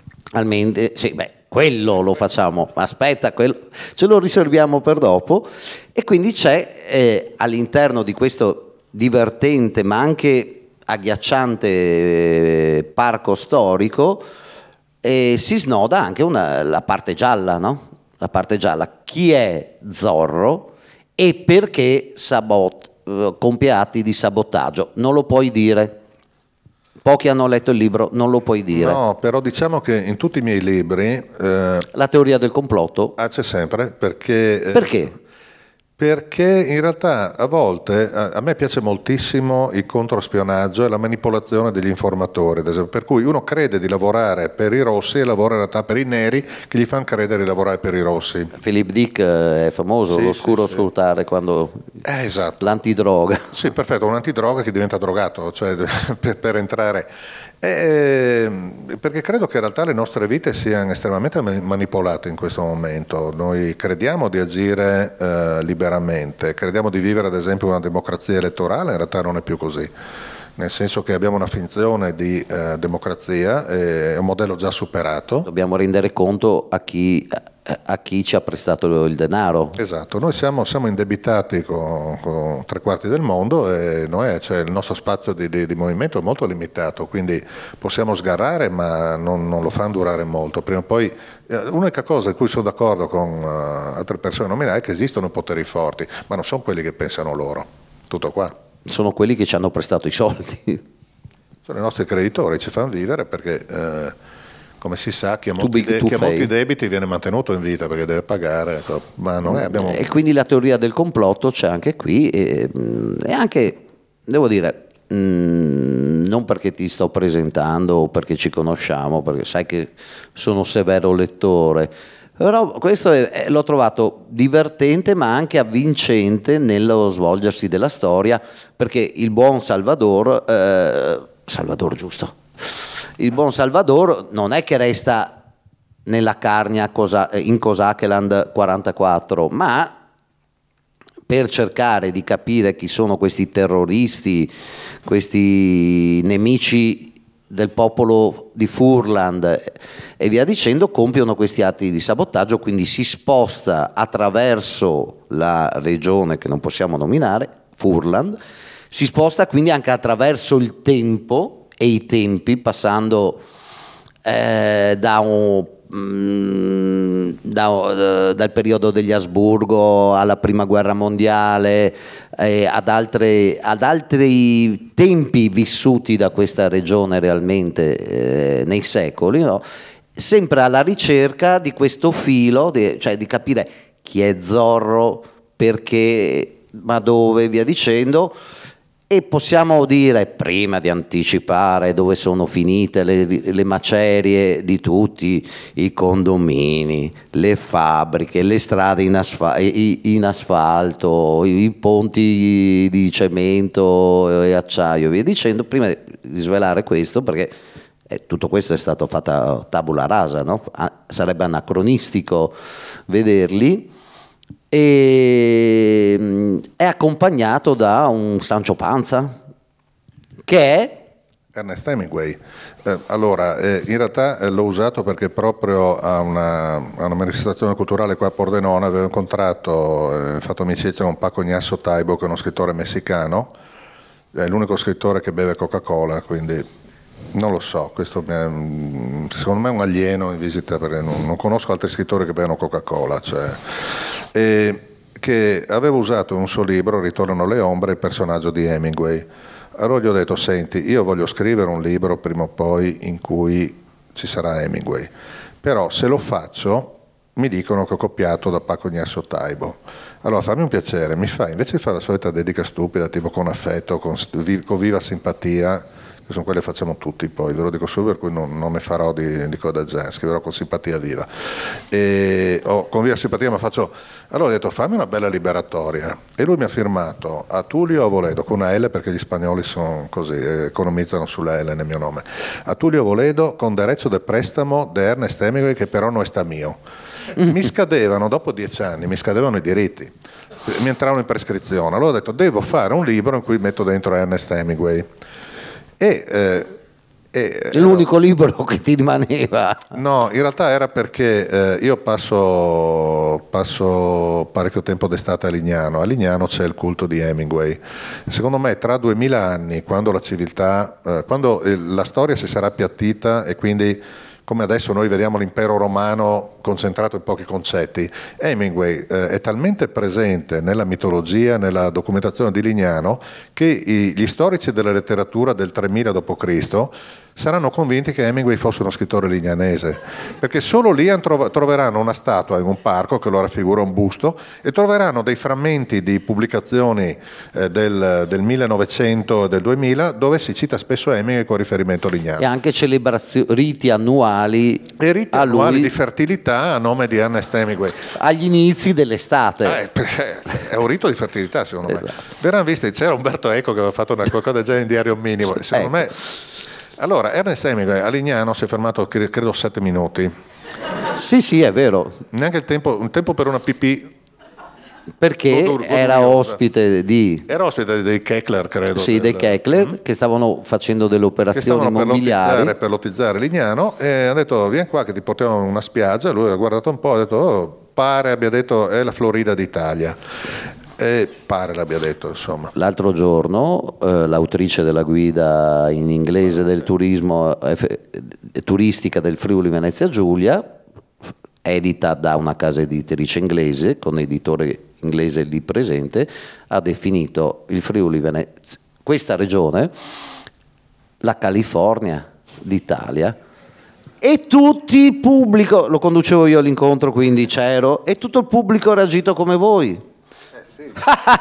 sì, quello lo facciamo, aspetta, ce lo riserviamo per dopo. E quindi c'è all'interno di questo divertente ma anche agghiacciante parco storico si snoda anche la parte gialla, no? La parte gialla, chi è Zorro e perché compie atti di sabotaggio, non lo puoi dire. Pochi hanno letto il libro, non lo puoi dire. No, però diciamo che in tutti i miei libri... la teoria del complotto? C'è sempre, perché... Perché? Perché in realtà a volte a me piace moltissimo il controspionaggio e la manipolazione degli informatori, ad esempio, per cui uno crede di lavorare per i rossi e lavora in realtà per i neri che gli fanno credere di lavorare per i rossi. Philip Dick è famoso, l'oscuro scrutare quando esatto. L'antidroga. Sì, perfetto, un antidroga che diventa drogato, cioè per entrare. Perché credo che in realtà le nostre vite siano estremamente manipolate in questo momento. Noi crediamo di agire liberamente, crediamo di vivere ad esempio una democrazia elettorale, in realtà non è più così, nel senso che abbiamo una finzione di democrazia, è un modello già superato. Dobbiamo rendere conto a chi ci ha prestato il denaro. Esatto, noi siamo indebitati con 3/4 del mondo e cioè il nostro spazio di movimento è molto limitato, quindi possiamo sgarrare ma non lo fanno durare molto. Prima o poi, l'unica cosa in cui sono d'accordo con altre persone nominali è che esistono poteri forti, ma non sono quelli che pensano loro, tutto qua. Sono quelli che ci hanno prestato i soldi. Sono i nostri creditori, ci fanno vivere perché... come si sa, chi ha molti debiti viene mantenuto in vita perché deve pagare, ecco. Ma noi abbiamo... E quindi la teoria del complotto c'è anche qui e anche, devo dire, non perché ti sto presentando o perché ci conosciamo, perché sai che sono severo lettore, però questo l'ho trovato divertente ma anche avvincente nello svolgersi della storia, perché il buon Salvador giusto? Il buon Salvador non è che resta nella carnia in Kosakeland 44, ma per cercare di capire chi sono questi terroristi, questi nemici del popolo di Furland e via dicendo, compiono questi atti di sabotaggio, quindi si sposta attraverso la regione che non possiamo nominare, Furland, si sposta quindi anche attraverso il tempo e i tempi, passando dal periodo degli Asburgo alla prima guerra mondiale, ad altri tempi vissuti da questa regione realmente nei secoli, no? Sempre alla ricerca di questo filo, cioè di capire chi è Zorro, perché, ma dove, via dicendo. E possiamo dire, prima di anticipare dove sono finite le macerie di tutti i condomini, le fabbriche, le strade in asfalto, i ponti di cemento e acciaio, via dicendo, prima di svelare questo, perché tutto questo è stato fatto tabula rasa, no? Sarebbe anacronistico vederli. E è accompagnato da un Sancho Panza che è Ernest Hemingway. In realtà l'ho usato perché proprio a una manifestazione culturale qua a Pordenone avevo incontrato, fatto amicizia con Paco Ignacio Taibo, che è uno scrittore messicano, è l'unico scrittore che beve Coca-Cola, quindi non lo so, questo secondo me è un alieno in visita, perché non conosco altri scrittori che bevono Coca-Cola, che aveva usato in un suo libro, Ritornano le ombre, il personaggio di Hemingway. Allora gli ho detto: senti, io voglio scrivere un libro prima o poi in cui ci sarà Hemingway, però se lo faccio mi dicono che ho copiato da Paco Ignacio Taibo. Allora fammi un piacere, mi fai, invece di fare la solita dedica stupida, tipo con affetto, con viva simpatia, che sono quelle che facciamo tutti, poi ve lo dico subito, per cui non ne farò di coda genere, scriverò con simpatia viva. Con viva simpatia, ma faccio. Allora ho detto: fammi una bella liberatoria, e lui mi ha firmato a Tullio Avoledo, con una L, perché gli spagnoli sono così, economizzano sulla L nel mio nome, a Tullio Avoledo con derecho de prestamo de Ernest Hemingway, che però non sta mio. Mi scadevano, dopo 10 anni, mi scadevano i diritti, mi entravano in prescrizione. Allora ho detto: devo fare un libro in cui metto dentro Ernest Hemingway. È l'unico libro che ti rimaneva. No, in realtà era perché io passo parecchio tempo d'estate a Lignano. A Lignano c'è il culto di Hemingway. Secondo me tra 2000 anni, quando la civiltà, quando la storia si sarà appiattita e quindi, come adesso noi vediamo l'impero romano concentrato in pochi concetti, Hemingway è talmente presente nella mitologia, nella documentazione di Lignano, che gli storici della letteratura del 3000 d.C. saranno convinti che Hemingway fosse uno scrittore lignanese, perché solo lì troveranno una statua in un parco che lo raffigura un busto, e troveranno dei frammenti di pubblicazioni del 1900 e del 2000 dove si cita spesso Hemingway con riferimento a Lignano. E anche riti annuali di fertilità a nome di Ernest Hemingway agli inizi dell'estate. È un rito di fertilità, secondo me. Verranno visti, c'era Umberto Eco che aveva fatto qualcosa del genere in Diario Minimo, secondo me. Allora, Ernest Hemingway a Lignano si è fermato credo 7 minuti. Sì, è vero. Neanche un tempo per una pipì. Perché era ospite dei Keckler, credo. Sì, dei Keckler, che stavano facendo delle operazioni immobiliari. Per lottizzare Lignano, e ha detto: vieni qua che ti portiamo in una spiaggia. Lui ha guardato un po', ha detto: pare abbia detto è la Florida d'Italia. Pare l'abbia detto, insomma. L'altro giorno l'autrice della guida in inglese del turismo turistica del Friuli Venezia Giulia, edita da una casa editrice inglese con editore inglese lì presente, ha definito il Friuli Venezia, questa regione, la California d'Italia. E tutti il pubblico, lo conducevo io all'incontro, quindi c'ero, e tutto il pubblico ha reagito come voi. Sì.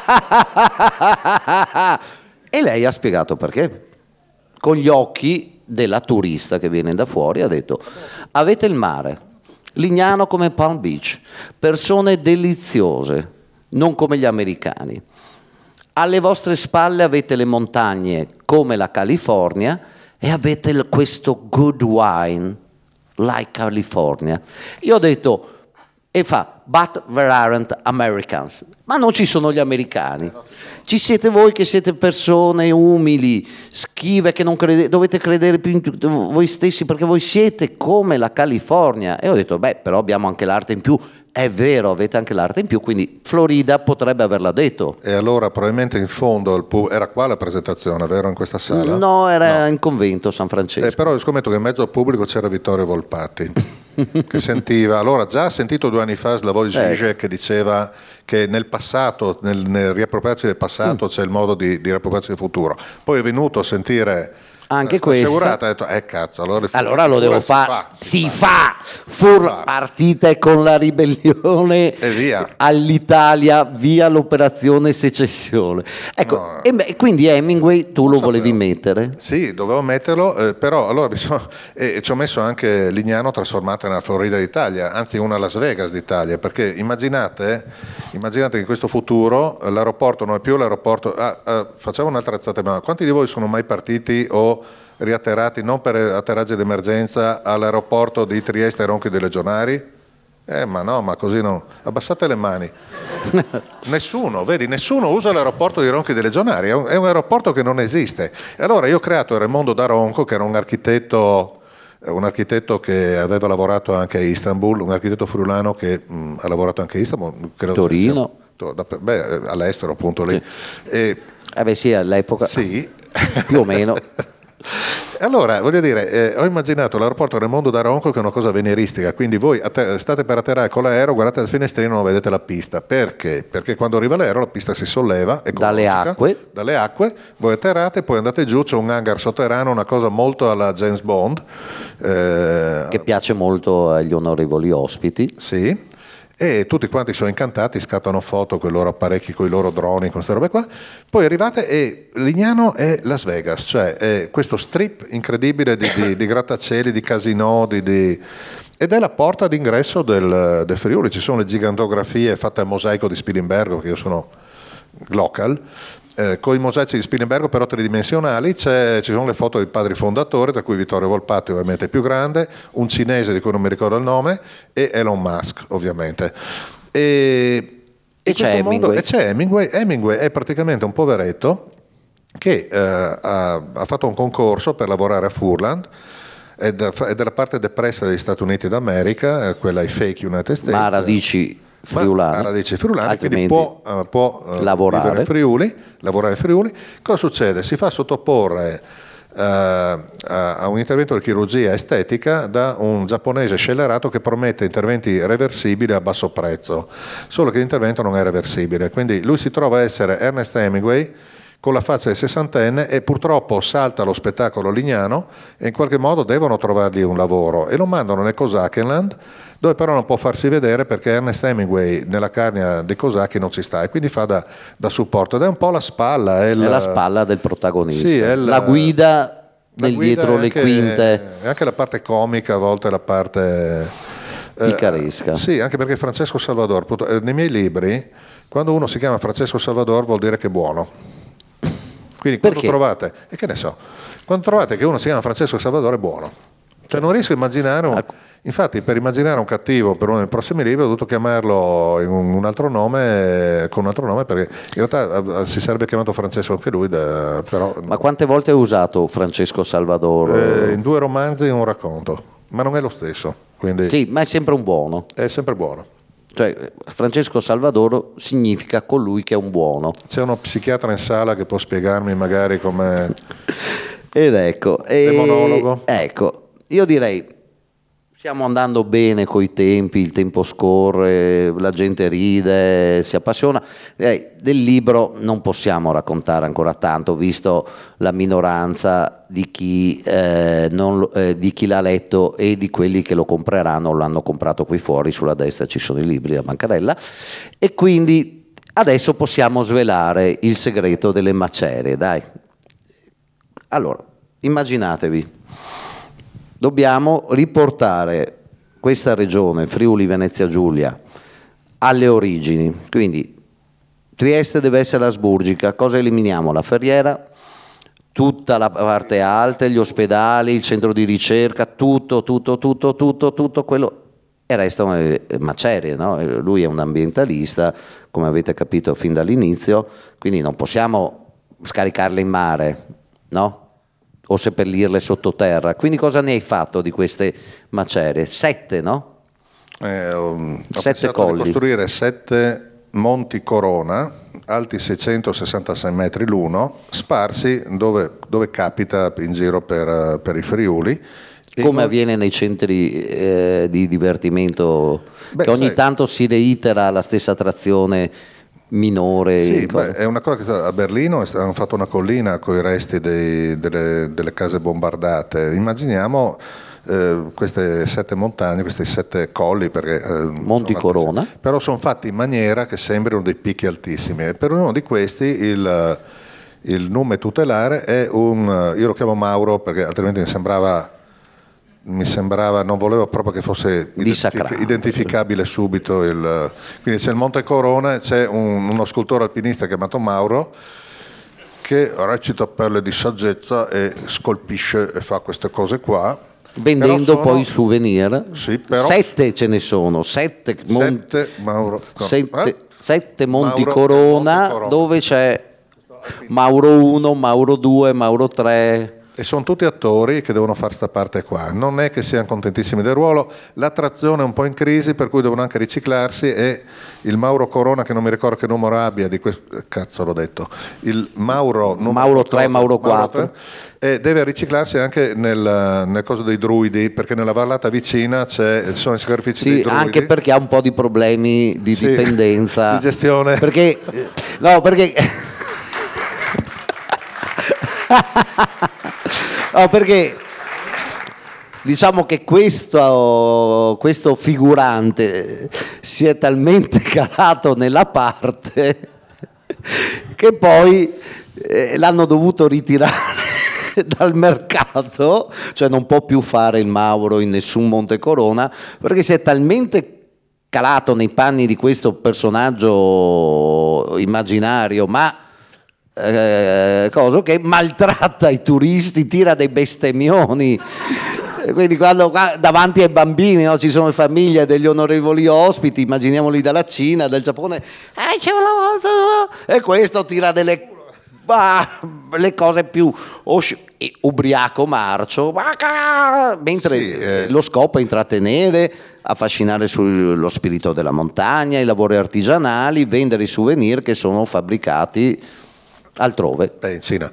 E lei ha spiegato perché, con gli occhi della turista che viene da fuori. Ha detto: avete il mare, Lignano come Palm Beach, persone deliziose, non come gli americani. Alle vostre spalle avete le montagne come la California, e avete questo good wine like California. Io ho detto, e fa, but there aren't Americans. Ma non ci sono gli americani, ci siete voi che siete persone umili, schive, che non dovete credere più in voi stessi, perché voi siete come la California. E ho detto, però abbiamo anche l'arte in più. È vero, avete anche l'arte in più, quindi Florida potrebbe averla detto. E allora probabilmente in fondo era qua la presentazione, vero, in questa sala? No, era in convento San Francesco. Però io scommetto che in mezzo al pubblico c'era Vittorio Volpatti che sentiva, allora già ha sentito 2 anni fa Slavoj Žižek che diceva che nel passato, nel riappropriarsi del passato c'è il modo di riappropriarsi del futuro. Poi è venuto a sentire Anche sta questa. assicurata, ha detto, cazzo, Allora lo devo fare. Si fa. Partite con la ribellione E via. all'Italia, via l'operazione secessione. Ecco, No. e quindi Hemingway tu lo volevi mettere? Sì, dovevo metterlo, però allora ci ho messo anche Lignano trasformata nella Florida d'Italia, anzi una Las Vegas d'Italia, perché immaginate che in questo futuro l'aeroporto non è più l'aeroporto. Facciamo un'altra alzata, ma quanti di voi sono mai partiti o riatterrati non per atterraggi d'emergenza all'aeroporto di Trieste ai Ronchi dei Legionari? Ma no, ma così no. Abbassate le mani. Nessuno usa l'aeroporto di Ronchi dei Legionari, è un aeroporto che non esiste. E allora io ho creato Raimondo da Ronco, che era un architetto che aveva lavorato anche a Istanbul, un architetto friulano che ha lavorato anche a Istanbul, credo Torino. All'estero appunto lì. Sì. Sì, all'epoca. Sì. Più o meno. Allora, voglio dire, ho immaginato l'aeroporto Raimondo da Ronco che è una cosa avveniristica, quindi voi state per atterrare con l'aereo, guardate dal finestrino e non vedete la pista. Perché? Perché quando arriva l'aereo la pista si solleva dalle acque, voi atterrate, poi andate giù, c'è un hangar sotterraneo, una cosa molto alla James Bond. Che piace molto agli onorevoli ospiti. Sì. E tutti quanti sono incantati, scattano foto con i loro apparecchi, con i loro droni, con queste robe qua. Poi arrivate e Lignano è Las Vegas, cioè è questo strip incredibile di grattacieli, di casinò, ed è la porta d'ingresso del Friuli. Ci sono le gigantografie fatte a mosaico di Spilimbergo, che io sono local, con i mosaici di Spilimbergo però tridimensionali. Ci sono le foto dei padri fondatori, tra cui Vittorio Volpatti ovviamente il più grande, un cinese di cui non mi ricordo il nome, e Elon Musk ovviamente. E c'è Hemingway. C'è Hemingway. Hemingway è praticamente un poveretto che ha fatto un concorso per lavorare a Furland, è della parte depressa degli Stati Uniti d'America, quella ai fake United States. Ma radici friulani, quindi può lavorare in Friuli. Cosa succede? Si fa sottoporre a un intervento di chirurgia estetica da un giapponese scellerato che promette interventi reversibili a basso prezzo, solo che l'intervento non è reversibile, quindi lui si trova a essere Ernest Hemingway con la faccia del sessantenne e purtroppo salta lo spettacolo Lignano e in qualche modo devono trovargli un lavoro e lo mandano nel Cosachenland, dove però non può farsi vedere perché Ernest Hemingway nella carnia dei cosacchi non ci sta e quindi fa da supporto, ed è un po' la spalla. È la spalla del protagonista, sì, la guida dietro le quinte. E anche la parte comica, a volte la parte picaresca. Sì, anche perché Francesco Salvador, nei miei libri, quando uno si chiama Francesco Salvador vuol dire che è buono. Quindi quando trovate, e che ne so, quando trovate che uno si chiama Francesco Salvador è buono. Cioè non riesco a immaginare infatti per immaginare un cattivo per uno dei prossimi libri ho dovuto chiamarlo con un altro nome, perché in realtà si sarebbe chiamato Francesco anche lui, però. Ma quante volte hai usato Francesco Salvador? In 2 romanzi e un racconto, ma non è lo stesso. Quindi sì, ma è sempre un buono. È sempre buono. Cioè, Francesco Salvador significa colui che è un buono. C'è uno psichiatra in sala che può spiegarmi magari come. Ed ecco, monologo. Ecco, io direi stiamo andando bene coi tempi, il tempo scorre, la gente ride, si appassiona. Del libro non possiamo raccontare ancora tanto, visto la minoranza di chi l'ha letto e di quelli che lo compreranno, l'hanno comprato qui fuori, sulla destra ci sono i libri a bancarella, e quindi adesso possiamo svelare il segreto delle macerie, dai. Allora, immaginatevi, dobbiamo riportare questa regione, Friuli Venezia Giulia, alle origini, quindi Trieste deve essere asburgica. Cosa eliminiamo? La ferriera, tutta la parte alta, gli ospedali, il centro di ricerca, tutto quello, e restano le macerie, no? Lui è un ambientalista, come avete capito fin dall'inizio, quindi non possiamo scaricarle in mare, no? O seppellirle sottoterra. Quindi cosa ne hai fatto di queste macerie? 7, no? Ho 7 colli. Di costruire 7 monti Corona, alti 666 metri l'uno, sparsi dove capita in giro per i Friuli. Come avviene nei centri di divertimento, che ogni tanto si reitera la stessa attrazione minore. Sì, è una cosa che a Berlino hanno fatto una collina con i resti delle case bombardate. Immaginiamo queste 7 montagne, questi 7 colli, perché Monti Corona, però sono fatti in maniera che sembrino dei picchi altissimi. E per uno di questi il nome tutelare è io lo chiamo Mauro perché altrimenti mi sembrava, non volevo proprio che fosse identificabile subito. Quindi c'è il Monte Corona, c'è uno scultore alpinista chiamato Mauro che recita perle di saggezza e scolpisce e fa queste cose qua. Vendendo poi souvenir. Sì, però 7 ce ne sono, 7 monti Mauro Corona, dove c'è Mauro 1, Mauro 2, Mauro 3. E sono tutti attori che devono fare sta parte qua. Non è che siano contentissimi del ruolo, l'attrazione è un po' in crisi, per cui devono anche riciclarsi, e il Mauro Corona, che non mi ricordo che numero abbia di questo, cazzo l'ho detto, il Mauro 3, Mauro 4, e deve riciclarsi anche nel coso dei druidi, perché nella vallata vicina sono i sacrifici dei druidi. Anche perché ha un po' di problemi di dipendenza, di gestione. Perché perché diciamo che questo figurante si è talmente calato nella parte che poi l'hanno dovuto ritirare dal mercato, cioè non può più fare il Mauro in nessun Monte Corona, perché si è talmente calato nei panni di questo personaggio immaginario, ma che maltratta i turisti, tira dei bestemmioni. Quindi quando davanti ai bambini, no, ci sono famiglie degli onorevoli ospiti, immaginiamoli dalla Cina, dal Giappone, e questo tira le cose più ubriaco marcio, mentre lo scopo è intrattenere, affascinare sullo spirito della montagna, i lavori artigianali, vendere i souvenir che sono fabbricati altrove. In Cina.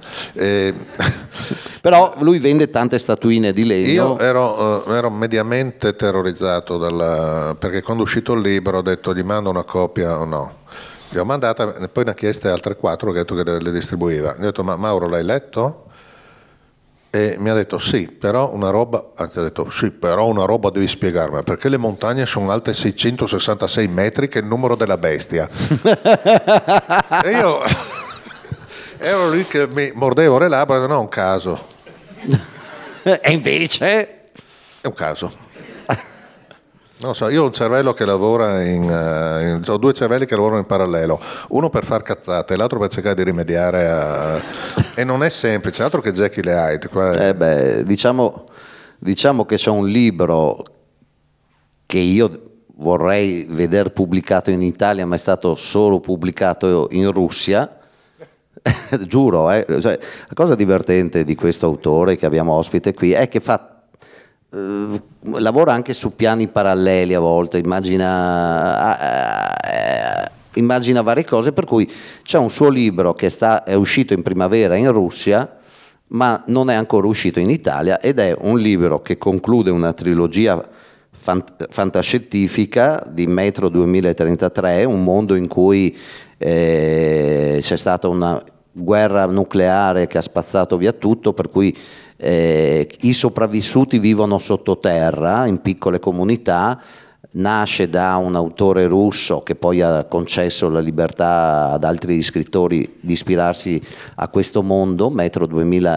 Però lui vende tante statuine di legno. Io ero mediamente terrorizzato perché quando è uscito il libro ho detto gli mando una copia o no. Gli ho mandata, poi ne ha chieste altre 4 che ha detto che le distribuiva. Gli ho detto ma Mauro l'hai letto? E mi ha detto sì, però una roba, anzi ha detto sì, però una roba devi spiegarmi, perché le montagne sono alte 666 metri, che è il numero della bestia. E io ero lì che mi mordevo le labbra, no, è un caso. E invece? È un caso. Non so, io ho un cervello che lavora ho 2 cervelli che lavorano in parallelo, uno per far cazzate, l'altro per cercare di rimediare e non è semplice, altro che Jekyll e Hyde. Diciamo che c'è un libro che io vorrei vedere pubblicato in Italia, ma è stato solo pubblicato in Russia. Giuro, cioè, la cosa divertente di questo autore che abbiamo ospite qui è che lavora anche su piani paralleli a volte, immagina varie cose, per cui c'è un suo libro che è uscito in primavera in Russia, ma non è ancora uscito in Italia, ed è un libro che conclude una trilogia fantascientifica di Metro 2033, un mondo in cui c'è stata una guerra nucleare che ha spazzato via tutto, per cui i sopravvissuti vivono sottoterra in piccole comunità. Nasce da un autore russo che poi ha concesso la libertà ad altri scrittori di ispirarsi a questo mondo, Metro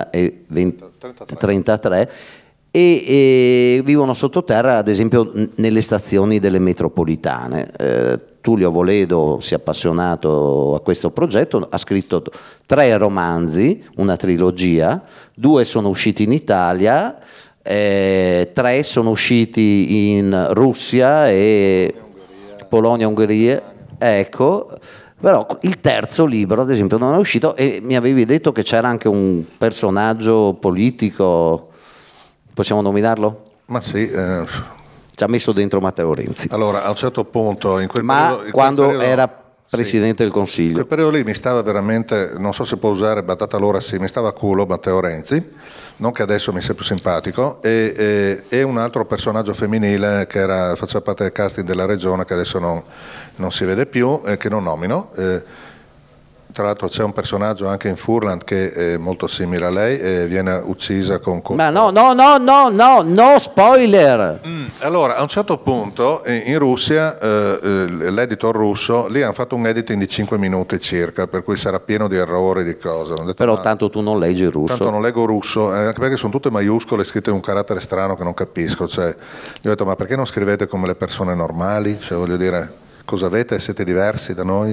2033, e vivono sottoterra ad esempio nelle stazioni delle metropolitane. Tullio Avoledo si è appassionato a questo progetto, ha scritto 3 romanzi, una trilogia, 2 sono usciti in Italia, 3 sono usciti in Russia e Polonia, Ungheria, ecco. Però il terzo libro ad esempio non è uscito, e mi avevi detto che c'era anche un personaggio politico, possiamo nominarlo? Ma sì, ci ha messo dentro Matteo Renzi. Allora, a un certo punto, in quel quando periodo, era Presidente del Consiglio. Quel periodo lì mi stava veramente, non so se può usare batata allora sì, mi stava a culo Matteo Renzi, non che adesso mi sia più simpatico, e un altro personaggio femminile che faceva parte del casting della regione, che adesso non si vede più, che non nomino. Tra l'altro c'è un personaggio anche in Furland che è molto simile a lei e viene uccisa con Ma no, spoiler! Allora, a un certo punto in Russia, l'editor russo, lì hanno fatto un editing di 5 minuti circa, per cui sarà pieno di errori, di cose. Ho detto, Però tanto tu non leggi il russo. Tanto non leggo russo, anche perché sono tutte maiuscole scritte in un carattere strano che non capisco. Cioè, gli ho detto, ma perché non scrivete come le persone normali? Cioè, voglio dire, cosa avete? Siete diversi da noi?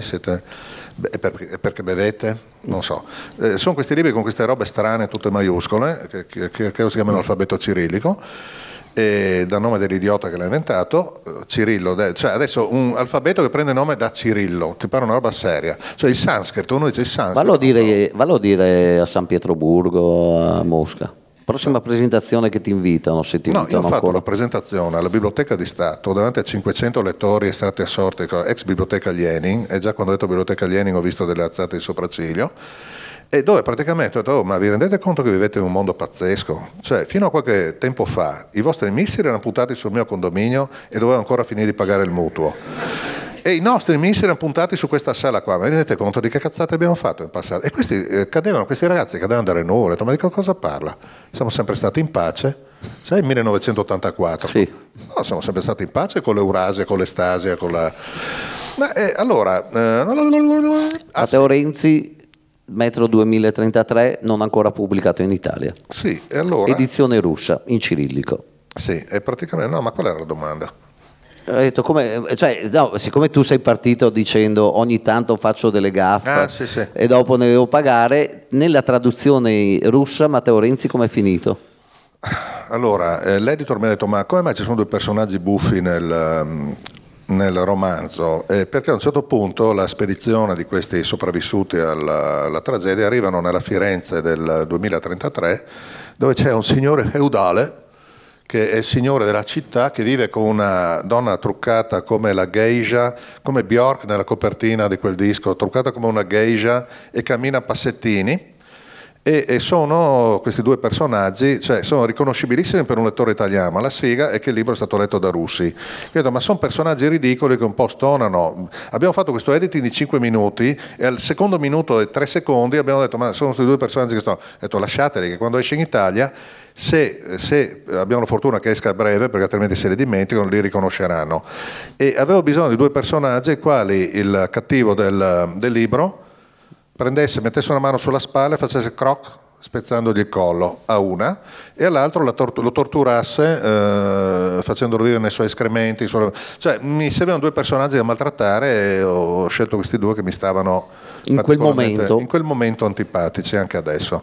Perché bevete? Non so. Sono questi libri con queste robe strane, tutte maiuscole, che si chiamano alfabeto cirillico, e dal nome dell'idiota che l'ha inventato, Cirillo. Cioè adesso un alfabeto che prende nome da Cirillo, ti pare una roba seria. Cioè il sanscrito, uno dice il sanscrito. Vallo a dire a San Pietroburgo, a Mosca. Prossima presentazione che ti invitano, se ti invitano io ho fatto ancora. la presentazione alla Biblioteca di Stato davanti a 500 lettori estratti a sorte, ex Biblioteca Lenin, e già quando ho detto Biblioteca Lenin ho visto delle alzate di sopracciglio, e dove praticamente ho detto, ma vi rendete conto che vivete in un mondo pazzesco? Cioè, fino a qualche tempo fa i vostri missili erano puntati sul mio condominio e dovevo ancora finire di pagare il mutuo. E i nostri missili erano puntati su questa sala qua, ma vi rendete conto di che cazzate abbiamo fatto in passato? E questi ragazzi cadevano dalle nuvole, ho detto, ma di che cosa parla? Siamo sempre stati in pace, sai, 1984. Sì. No, siamo sempre stati in pace con l'Eurasia, con l'Estasia, con la... Ma allora... Matteo Renzi, Metro 2033, non ancora pubblicato in Italia. Sì, e allora... Edizione russa, in cirillico. Sì, e praticamente... No, ma qual era la domanda? Ho detto, siccome tu sei partito dicendo ogni tanto faccio delle gaffe sì. e dopo ne devo pagare, nella traduzione russa Matteo Renzi com'è finito? Allora, l'editor mi ha detto, ma come mai ci sono due personaggi buffi nel romanzo? Perché a un certo punto la spedizione di questi sopravvissuti alla tragedia arrivano nella Firenze del 2033, dove c'è un signore feudale che è il signore della città, che vive con una donna truccata come la geisha, come Björk nella copertina di quel disco, truccata come una geisha e cammina a passettini, e sono questi due personaggi, cioè sono riconoscibilissimi per un lettore italiano, ma la sfiga è che il libro è stato letto da russi. Credo, ma sono personaggi ridicoli che un po' stonano. Abbiamo fatto questo editing di 5 minuti e al secondo minuto e 3 secondi abbiamo detto, ma sono questi due personaggi che stonano. Ho detto, lasciateli, che quando esce in Italia, se abbiamo la fortuna che esca a breve, perché altrimenti se li dimenticano, li riconosceranno. E avevo bisogno di due personaggi ai quali il cattivo del libro mettesse una mano sulla spalla e facesse croc, spezzandogli il collo a una, e all'altro lo torturasse facendolo vivere nei suoi escrementi. Cioè mi servivano due personaggi da maltrattare, e ho scelto questi due che mi stavano in quel momento antipatici anche adesso.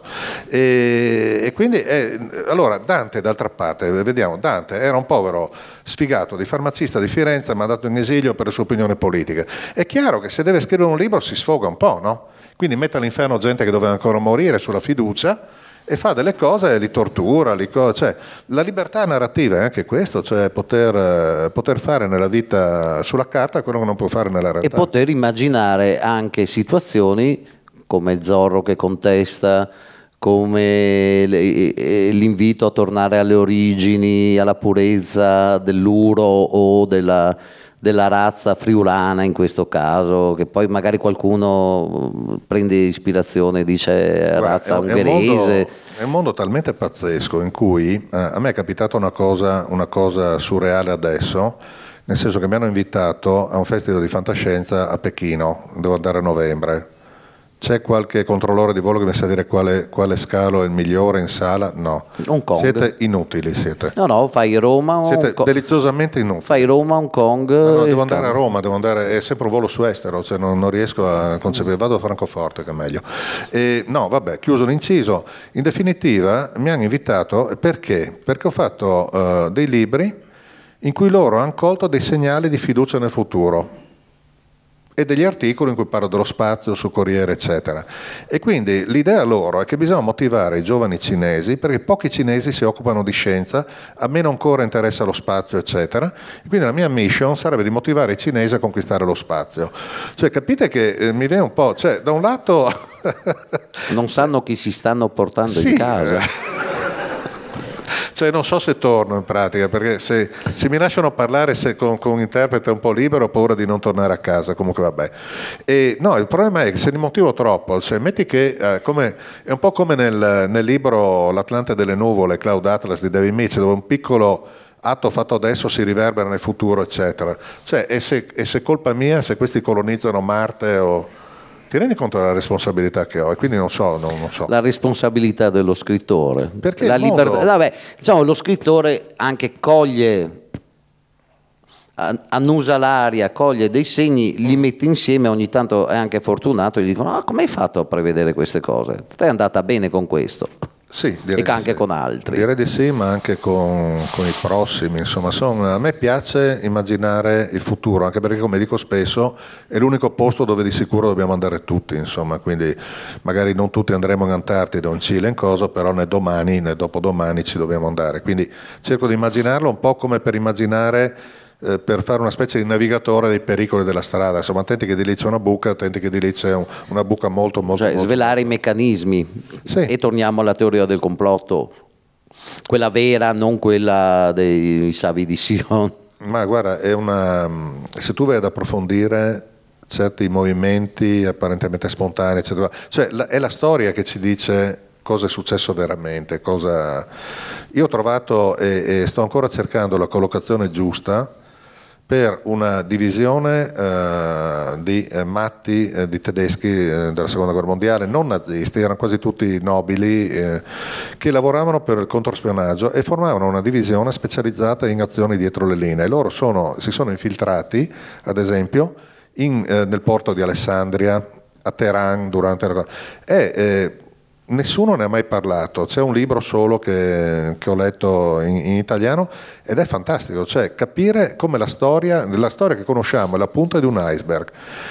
E quindi allora Dante, d'altra parte, vediamo, Dante era un povero sfigato di farmacista di Firenze mandato in esilio per le sue opinioni politiche. È chiaro che se deve scrivere un libro si sfoga un po', no? Quindi mette all'inferno gente che doveva ancora morire sulla fiducia e fa delle cose e li tortura, cioè, la libertà narrativa è anche questo, cioè poter fare nella vita sulla carta quello che non può fare nella realtà. E poter immaginare anche situazioni come Zorro che contesta, come l'invito a tornare alle origini, alla purezza dell'uro o della razza friulana in questo caso, che poi magari qualcuno prende ispirazione e dice razza ungherese. È un mondo talmente pazzesco in cui a me è capitata una cosa surreale adesso, nel senso che mi hanno invitato a un festival di fantascienza a Pechino, devo andare a novembre. C'è qualche controllore di volo che mi sa dire quale scalo è il migliore in sala? No. Hong Kong. Siete inutili, siete. No, fai Roma. Siete deliziosamente inutili. Fai Roma, Hong Kong. No, devo andare a Roma, è sempre un volo su estero, cioè non riesco a concepire, vado a Francoforte che è meglio. No, vabbè, chiuso l'inciso. In definitiva mi hanno invitato perché? Perché ho fatto dei libri in cui loro hanno colto dei segnali di fiducia nel futuro. e degli articoli in cui parlo dello spazio su Corriere eccetera. E quindi l'idea loro è che bisogna motivare i giovani cinesi, perché pochi cinesi si occupano di scienza, a meno ancora interessa lo spazio eccetera, e quindi la mia mission sarebbe di motivare i cinesi a conquistare lo spazio. Cioè capite che mi viene un po', cioè da un lato non sanno chi si stanno portando sì, in casa. Cioè non so se torno in pratica, perché se mi lasciano parlare con un interprete un po' libero ho paura di non tornare a casa, comunque vabbè. E, no, il problema è che se li motivo troppo, cioè metti che è un po' come nel libro L'Atlante delle nuvole, Cloud Atlas di David Mitchell, dove un piccolo atto fatto adesso si riverbera nel futuro eccetera. Cioè, e se colpa mia se questi colonizzano Marte o... Ti rendi conto della responsabilità che ho? E quindi non so. La responsabilità dello scrittore. Perché la il mondo... libertà. Vabbè, diciamo, lo scrittore anche coglie, annusa l'aria, coglie dei segni, li mette insieme, ogni tanto è anche fortunato e gli dicono: come hai fatto a prevedere queste cose? Ti è andata bene con questo. Sì, direi e anche sì. con altri. Direi di sì, ma anche con i prossimi. Insomma, a me piace immaginare il futuro, anche perché, come dico spesso, è l'unico posto dove di sicuro dobbiamo andare tutti. Insomma, quindi magari non tutti andremo in Antartide o in Cile, in cosa, però né domani né dopodomani ci dobbiamo andare. Quindi cerco di immaginarlo un po' come per immaginare, per fare una specie di navigatore dei pericoli della strada. Insomma, attenti che di lì c'è una buca, attenti che di lì c'è una buca molto molto svelare i meccanismi. Sì. E torniamo alla teoria del complotto, quella vera, non quella dei savi di Sion. Ma guarda, se tu vai ad approfondire certi movimenti apparentemente spontanei eccetera, cioè è la storia che ci dice cosa è successo veramente, io ho trovato e sto ancora cercando la collocazione giusta per una divisione di matti, di tedeschi della seconda guerra mondiale, non nazisti, erano quasi tutti nobili che lavoravano per il controspionaggio e formavano una divisione specializzata in azioni dietro le linee. Loro si sono infiltrati, ad esempio, nel porto di Alessandria, a Teheran durante la guerra. Nessuno ne ha mai parlato, c'è un libro solo che ho letto in italiano ed è fantastico, cioè capire come la storia che conosciamo è la punta di un iceberg.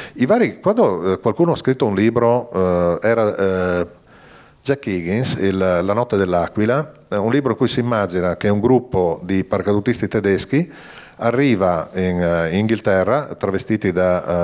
Quando qualcuno ha scritto un libro, era Jack Higgins, La notte dell'Aquila, un libro in cui si immagina che un gruppo di paracadutisti tedeschi arriva in Inghilterra travestiti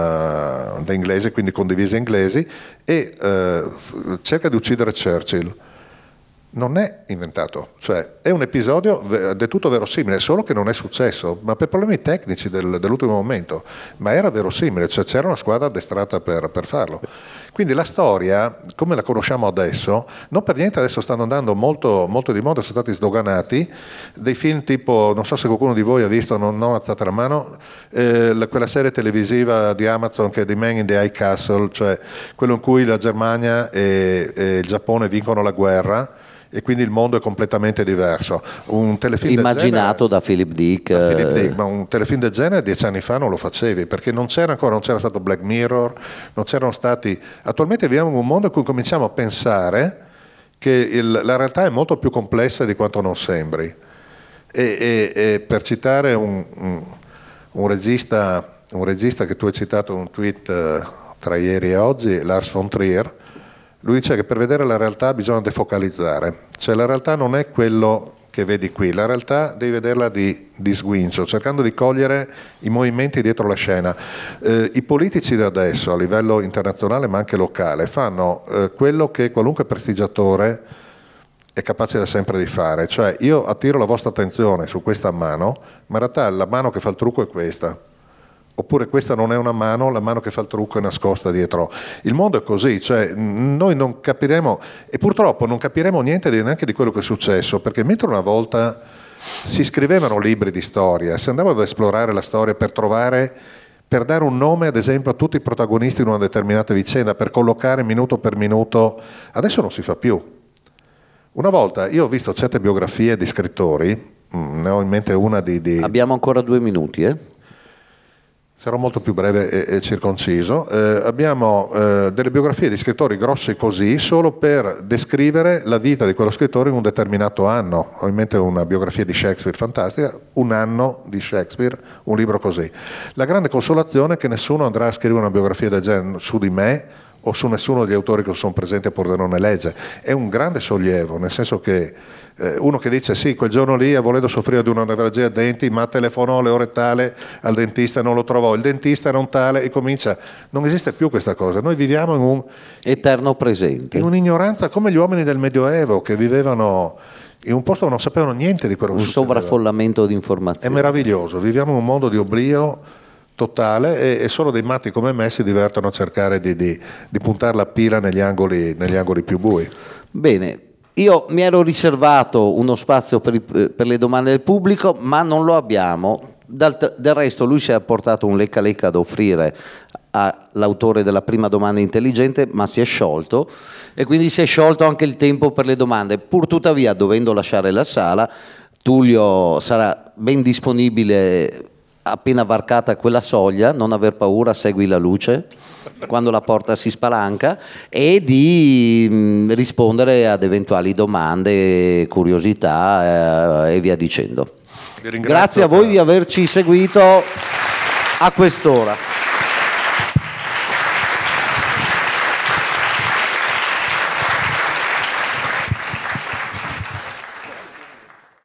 da inglesi, quindi con divise inglesi, e cerca di uccidere Churchill. Non è inventato, cioè è un episodio del tutto verosimile, solo che non è successo, ma per problemi tecnici dell'ultimo momento, ma era verosimile, cioè c'era una squadra addestrata per farlo. Quindi la storia, come la conosciamo adesso, non per niente adesso stanno andando molto, molto di moda, sono stati sdoganati dei film tipo, non so se qualcuno di voi ha visto, non alzate la mano, quella serie televisiva di Amazon che è The Man in the High Castle, cioè quello in cui la Germania e il Giappone vincono la guerra e quindi il mondo è completamente diverso. Un telefilm immaginato del genere, da Philip Dick, ma un telefilm del genere 10 anni fa non lo facevi, perché non c'era stato Black Mirror, non c'erano stati. Attualmente viviamo in un mondo in cui cominciamo a pensare che la realtà è molto più complessa di quanto non sembri. E per citare un regista che tu hai citato in un tweet tra ieri e oggi, Lars von Trier, lui dice che per vedere la realtà bisogna defocalizzare, cioè la realtà non è quello che vedi qui, la realtà devi vederla di sguincio, cercando di cogliere i movimenti dietro la scena. I politici da adesso, a livello internazionale ma anche locale, fanno quello che qualunque prestigiatore è capace da sempre di fare, cioè io attiro la vostra attenzione su questa mano, ma in realtà la mano che fa il trucco è questa. Oppure questa non è una mano, la mano che fa il trucco è nascosta dietro. Il mondo è così, cioè noi non capiremo, e purtroppo non capiremo niente neanche di quello che è successo, perché mentre una volta si scrivevano libri di storia, si andava ad esplorare la storia per dare un nome ad esempio a tutti i protagonisti di una determinata vicenda, per collocare minuto per minuto, adesso non si fa più. Una volta io ho visto certe biografie di scrittori, ne ho in mente una di... Abbiamo ancora 2 minuti, Sarò molto più breve e circonciso. Abbiamo delle biografie di scrittori grosse così solo per descrivere la vita di quello scrittore in un determinato anno. Ho in mente una biografia di Shakespeare fantastica, un anno di Shakespeare, un libro così. La grande consolazione è che nessuno andrà a scrivere una biografia del genere su di me o su nessuno degli autori che sono presenti a Pordenone Legge. È un grande sollievo, nel senso che uno che dice sì, quel giorno lì volevo soffrire di una nevralgia ai denti, ma telefonò alle ore tale al dentista e non lo trovò, il dentista era un tale, e comincia, non esiste più questa cosa. Noi viviamo in un eterno presente, in un'ignoranza come gli uomini del Medioevo che vivevano in un posto dove non sapevano niente di quello che succedeva. sovraffollamento di informazioni. È meraviglioso, viviamo in un mondo di oblio totale e solo dei matti come me si divertono a cercare di puntare la pila negli angoli più bui. Bene, io mi ero riservato uno spazio per le domande del pubblico, ma non lo abbiamo. Del resto lui si è portato un lecca lecca da offrire all'autore della prima domanda intelligente, ma si è sciolto e quindi si è sciolto anche il tempo per le domande. Pur tuttavia, dovendo lasciare la sala, Tullio sarà ben disponibile appena varcata quella soglia, non aver paura, segui la luce quando la porta si spalanca, e di rispondere ad eventuali domande, curiosità e via dicendo. Grazie a voi di averci seguito a quest'ora.